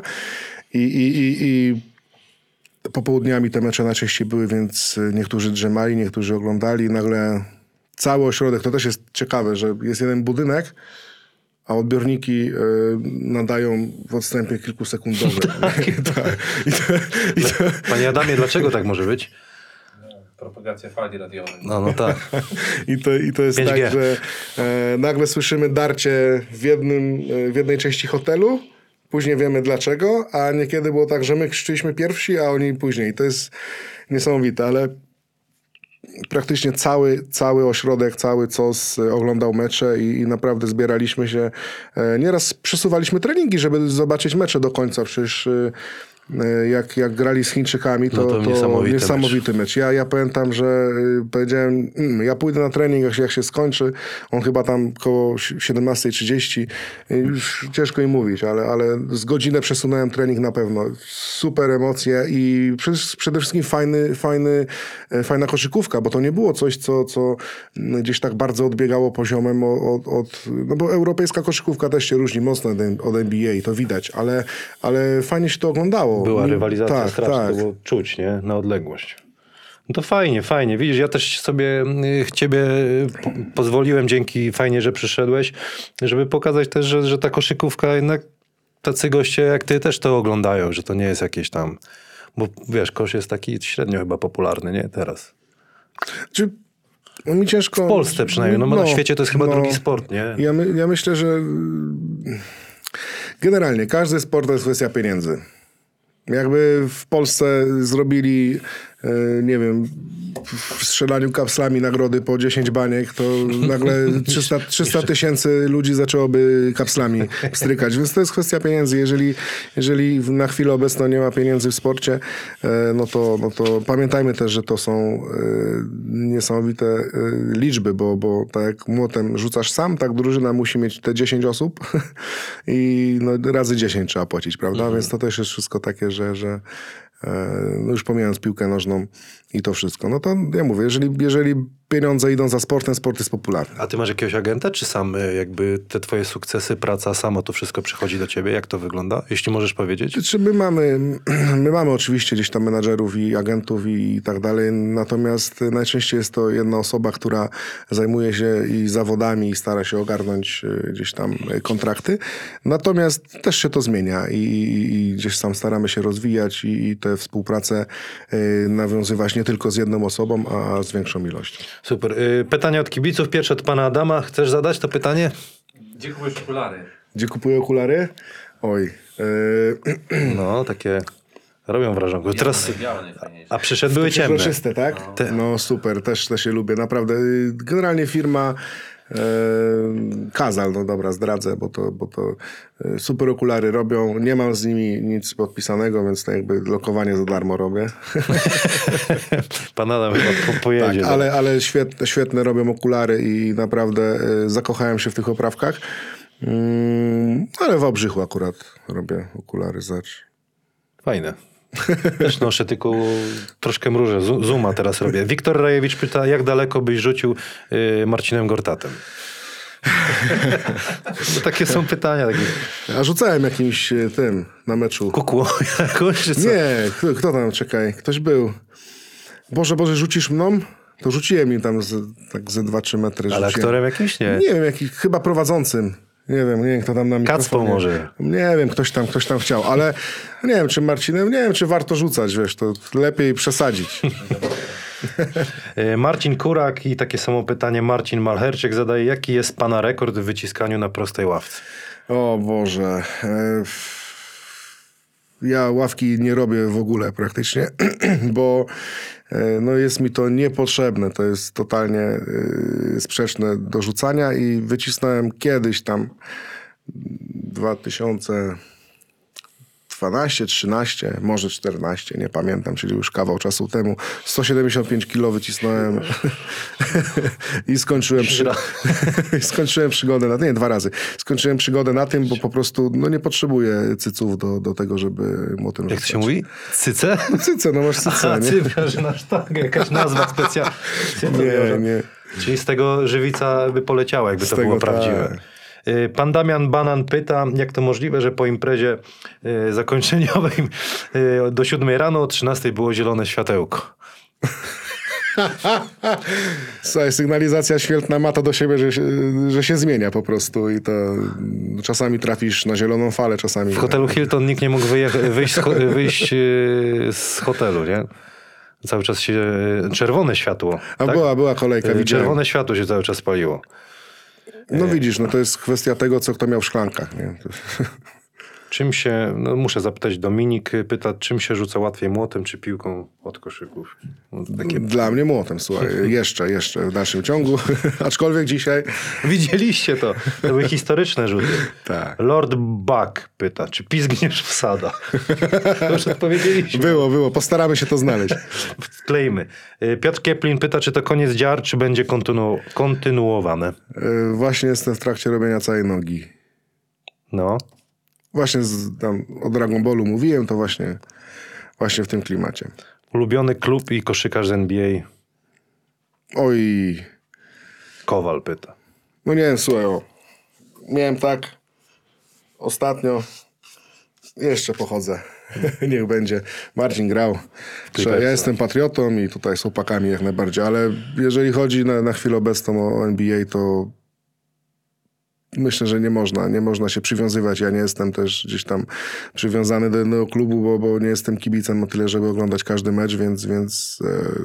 B: i popołudniami te mecze najczęściej były, więc niektórzy drzemali, niektórzy oglądali i nagle cały ośrodek, to też jest ciekawe, że jest jeden budynek, a odbiorniki nadają w odstępie kilkusekundowe. Tak.
A: Panie Adamie, dlaczego tak może być?
C: Propagacja fali radiowej.
A: No tak.
B: I to jest
A: 5G.
B: tak, że nagle słyszymy darcie w jednej części hotelu, później wiemy dlaczego, a niekiedy było tak, że my krzyczeliśmy pierwsi, a oni później. To jest niesamowite, ale praktycznie cały ośrodek, cały COS oglądał mecze i naprawdę zbieraliśmy się. Nieraz przesuwaliśmy treningi, żeby zobaczyć mecze do końca. Przecież jak grali z Chińczykami,
A: No to
B: niesamowity mecz. Ja pamiętam, że powiedziałem, ja pójdę na trening, jak się skończy. On chyba tam koło 17:30. Już ciężko im mówić, ale z godzinę przesunąłem trening na pewno. Super emocje i przede wszystkim fajna koszykówka, bo to nie było coś, co gdzieś tak bardzo odbiegało poziomem no bo europejska koszykówka też się różni mocno od NBA, to widać, ale fajnie się to oglądało.
A: Była rywalizacja
B: tak,
A: straszna,
B: tak.
A: to było czuć, nie? Na odległość. No to fajnie. Widzisz, ja też sobie ciebie pozwoliłem, fajnie, że przyszedłeś, żeby pokazać też, że ta koszykówka jednak tacy goście jak ty też to oglądają, że to nie jest jakieś tam... Bo wiesz, kosz jest taki średnio chyba popularny, nie? Teraz.
B: Czy mi ciężko...
A: W Polsce przynajmniej, no bo na świecie to jest chyba drugi sport, nie?
B: Ja myślę, że generalnie każdy sport to jest kwestia pieniędzy. Jakby w Polsce zrobili, nie wiem, w strzelaniu kapslami nagrody po 10 baniek, to nagle 300 tysięcy ludzi zaczęłoby kapslami strykać. Więc to jest kwestia pieniędzy. Jeżeli na chwilę obecną nie ma pieniędzy w sporcie, no to pamiętajmy też, że to są niesamowite liczby, bo tak jak młotem rzucasz sam, tak drużyna musi mieć te 10 osób i no, razy 10 trzeba płacić, prawda? Więc to też jest wszystko takie, że no już pomijając piłkę nożną i to wszystko, no to ja mówię, jeżeli pieniądze idą za sportem, sport jest popularny.
A: A ty masz jakiegoś agenta, czy sam jakby te twoje sukcesy, praca, samo to wszystko przychodzi do ciebie? Jak to wygląda? Jeśli możesz powiedzieć.
B: Czy my mamy oczywiście gdzieś tam menadżerów i agentów i tak dalej, natomiast najczęściej jest to jedna osoba, która zajmuje się i zawodami i stara się ogarnąć gdzieś tam kontrakty. Natomiast też się to zmienia i gdzieś tam staramy się rozwijać i tę współpracę nawiązywać nie tylko z jedną osobą, a z większą ilością.
A: Super. Pytania od kibiców. Pierwsze od pana Adama. Chcesz zadać to pytanie?
C: Gdzie kupujesz okulary?
B: Gdzie kupuję okulary? Oj.
A: No, takie robią wrażenie. Teraz,
C: Białe najfajniejsze.
A: a przyszedł były ciemne.
B: Przezroczyste, tak? No super, też je lubię. Naprawdę, generalnie firma Kazal, no dobra, zdradzę, bo to super okulary robią. Nie mam z nimi nic podpisanego, więc to jakby lokowanie za darmo robię.
A: Pan Adam chyba pojedzie.
B: Tak, ale świetne robią okulary i naprawdę zakochałem się w tych oprawkach. Ale w Obrzychu akurat robię okulary, zacz.
A: Fajne. Też noszę, tylko troszkę mrużę. Zooma teraz robię. Wiktor Rajewicz pyta, jak daleko byś rzucił Marcinem Gortatem? To takie są pytania. Takie.
B: A rzucałem jakimś tym na meczu.
A: Kukło jakoś, czy co?
B: Nie, kto tam, czekaj, ktoś był. Boże, rzucisz mną? To rzuciłem im tam tak ze 2-3 metry.
A: Ale
B: rzuciłem.
A: aktorem jakimś? Nie.
B: Nie wiem, chyba prowadzącym. Nie wiem, kto tam na mikrofonie.
A: Kacpo może.
B: Nie wiem, ktoś tam chciał, ale nie wiem, czy Marcinem, nie wiem, czy warto rzucać, wiesz, to lepiej przesadzić.
A: Marcin Kurak i takie samo pytanie Marcin Malcherczyk zadaje, jaki jest pana rekord w wyciskaniu na prostej ławce?
B: O Boże. Ja ławki nie robię w ogóle praktycznie, bo no jest mi to niepotrzebne. To jest totalnie sprzeczne do rzucania i wycisnąłem kiedyś tam 2012, 13, może 14, nie pamiętam, czyli już kawał czasu temu. 175 kilo wycisnąłem i skończyłem przygodę na tym, nie, 2 razy. Skończyłem przygodę na tym, bo po prostu no, nie potrzebuję cyców do tego, żeby młotem
A: Jak to się mówi? Cyce?
B: No cyce, no masz cyce,
A: A,
B: nie?
A: cypka, że na sztangę, jakaś nazwa specjalna.
B: Nie.
A: Czyli z tego żywica by poleciała, jakby to
B: tego,
A: było prawdziwe.
B: tak.
A: Pan Damian Banan pyta, jak to możliwe, że po imprezie zakończeniowej do 7 rano, o 13 było zielone światełko.
B: Słuchaj, sygnalizacja świetlna ma to do siebie, że się zmienia po prostu i to czasami trafisz na zieloną falę, czasami...
A: W hotelu Hilton nikt nie mógł wyjść z hotelu, nie? Cały czas się czerwone światło.
B: A
A: tak?
B: była kolejka, widziałem.
A: Czerwone światło się cały czas paliło.
B: No widzisz, no to jest kwestia tego, co kto miał w szklankach, nie?
A: Czym się, no muszę zapytać, Dominik pyta, czym się rzuca łatwiej, młotem czy piłką od koszyków? No, takie...
B: Dla mnie młotem, słuchaj, jeszcze w dalszym ciągu, aczkolwiek dzisiaj...
A: Widzieliście to, to były historyczne rzuty.
B: Tak.
A: Lord Buck pyta, czy pizgniesz wsada? To już odpowiedzieliśmy.
B: Było, postaramy się to znaleźć.
A: Wklejmy. Piotr Kieplin pyta, czy to koniec dziar, czy będzie kontynuowane?
B: Właśnie jestem w trakcie robienia całej nogi.
A: No.
B: Właśnie tam o Dragon Ballu mówiłem, to właśnie w tym klimacie.
A: Ulubiony klub i koszykarz z NBA?
B: Oj,
A: Kowal pyta.
B: no nie wiem, słuchaj, miałem tak ostatnio, jeszcze pochodzę, niech będzie. Marcin grał. Ja jestem patriotą i tutaj z chłopakami jak najbardziej, ale jeżeli chodzi na chwilę obecną o NBA, to myślę, że nie można się przywiązywać. Ja nie jestem też gdzieś tam przywiązany do jednego klubu, bo nie jestem kibicem na tyle, żeby oglądać każdy mecz, więc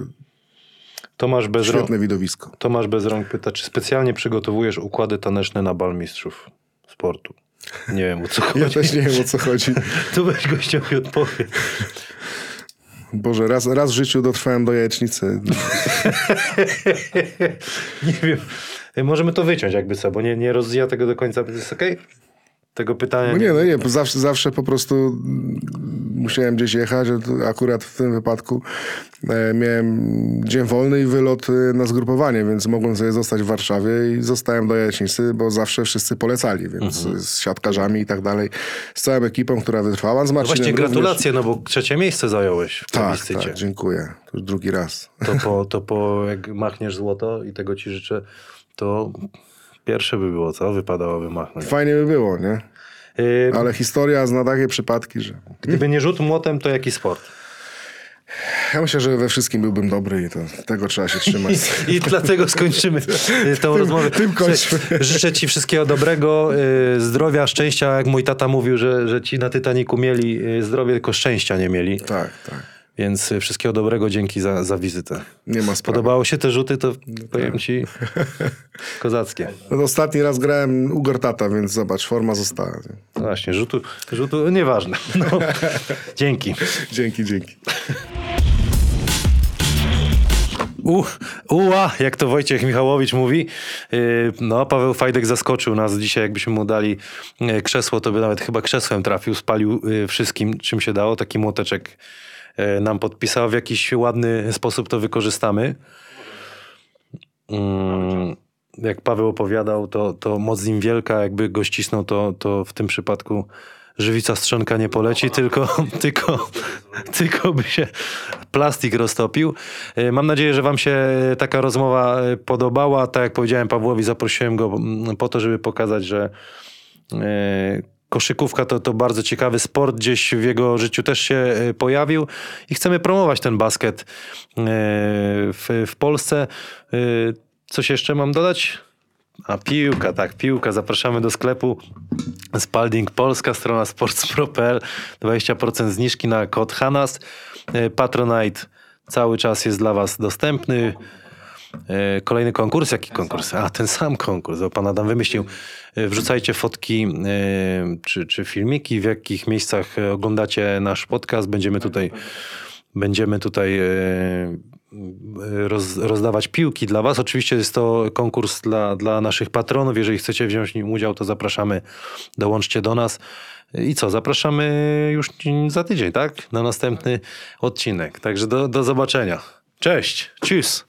B: świetne widowisko.
A: Tomasz Bezrąk pyta, czy specjalnie przygotowujesz układy taneczne na bal mistrzów sportu? Nie wiem, o co chodzi.
B: Ja też nie wiem, o co chodzi.
A: Tu weź gościowi odpowiedź.
B: Boże, raz w życiu dotrwałem do jajecznicy.
A: Nie wiem. Możemy to wyciąć jakby co, bo nie rozwija tego do końca. Jest okej? Tego pytania.
B: No nie, zawsze po prostu musiałem gdzieś jechać. Akurat w tym wypadku miałem dzień wolny i wylot na zgrupowanie, więc mogłem sobie zostać w Warszawie i zostałem do jajecznicy, bo zawsze wszyscy polecali, więc z siatkarzami i tak dalej, z całą ekipą, która wytrwała, z
A: No
B: Marcinem
A: właśnie
B: również.
A: gratulacje, no bo 3. miejsce zająłeś w
B: Tak,
A: plebiscycie.
B: dziękuję. To już drugi raz.
A: To po jak machniesz złoto i tego ci życzę, to pierwsze by było, co? Wypadałoby machnąć.
B: Fajnie by było, nie? Ale historia zna takie przypadki, że...
A: Gdyby nie rzut młotem, to jaki sport?
B: Ja myślę, że we wszystkim byłbym dobry i tego trzeba się trzymać.
A: I dlatego skończymy tę rozmowę.
B: tym kończmy.
A: Życzę ci wszystkiego dobrego, zdrowia, szczęścia. Jak mój tata mówił, że ci na Titanicu mieli zdrowie, tylko szczęścia nie mieli.
B: Tak.
A: Więc wszystkiego dobrego, dzięki za wizytę.
B: Nie ma sprawy.
A: Podobało się te rzuty, to powiem ci kozackie.
B: No, ostatni raz grałem u Gortata, więc zobacz, forma została.
A: No właśnie, rzutu nieważne. No, dzięki.
B: Dzięki.
A: Jak to Wojciech Michałowicz mówi. No, Paweł Fajdek zaskoczył nas dzisiaj. Jakbyśmy mu dali krzesło, to by nawet chyba krzesłem trafił, spalił wszystkim, czym się dało. Taki młoteczek nam podpisał. W jakiś ładny sposób to wykorzystamy. Jak Paweł opowiadał, to moc nim wielka. Jakby go ścisnął, to w tym przypadku żywica strzonka nie poleci, tylko by się plastik roztopił. Mam nadzieję, że wam się taka rozmowa podobała. Tak jak powiedziałem Pawłowi, zaprosiłem go po to, żeby pokazać, że koszykówka to bardzo ciekawy sport. Gdzieś w jego życiu też się pojawił i chcemy promować ten basket w Polsce. Coś jeszcze mam dodać? Piłka. Zapraszamy do sklepu Spalding Polska, strona sportspro.pl. 20% zniżki na kod HANAS. Patronite cały czas jest dla was dostępny. Kolejny konkurs. Jaki konkurs? Ten sam konkurs. Pan Adam wymyślił. Wrzucajcie fotki czy filmiki, w jakich miejscach oglądacie nasz podcast. Będziemy tutaj rozdawać piłki dla was. Oczywiście jest to konkurs dla naszych patronów. Jeżeli chcecie wziąć w nim udział, to zapraszamy, dołączcie do nas. I co? Zapraszamy już za tydzień, tak? Na następny odcinek. Także do zobaczenia. Cześć! Tschüss!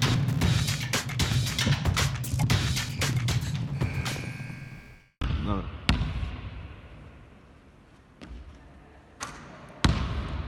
D: No.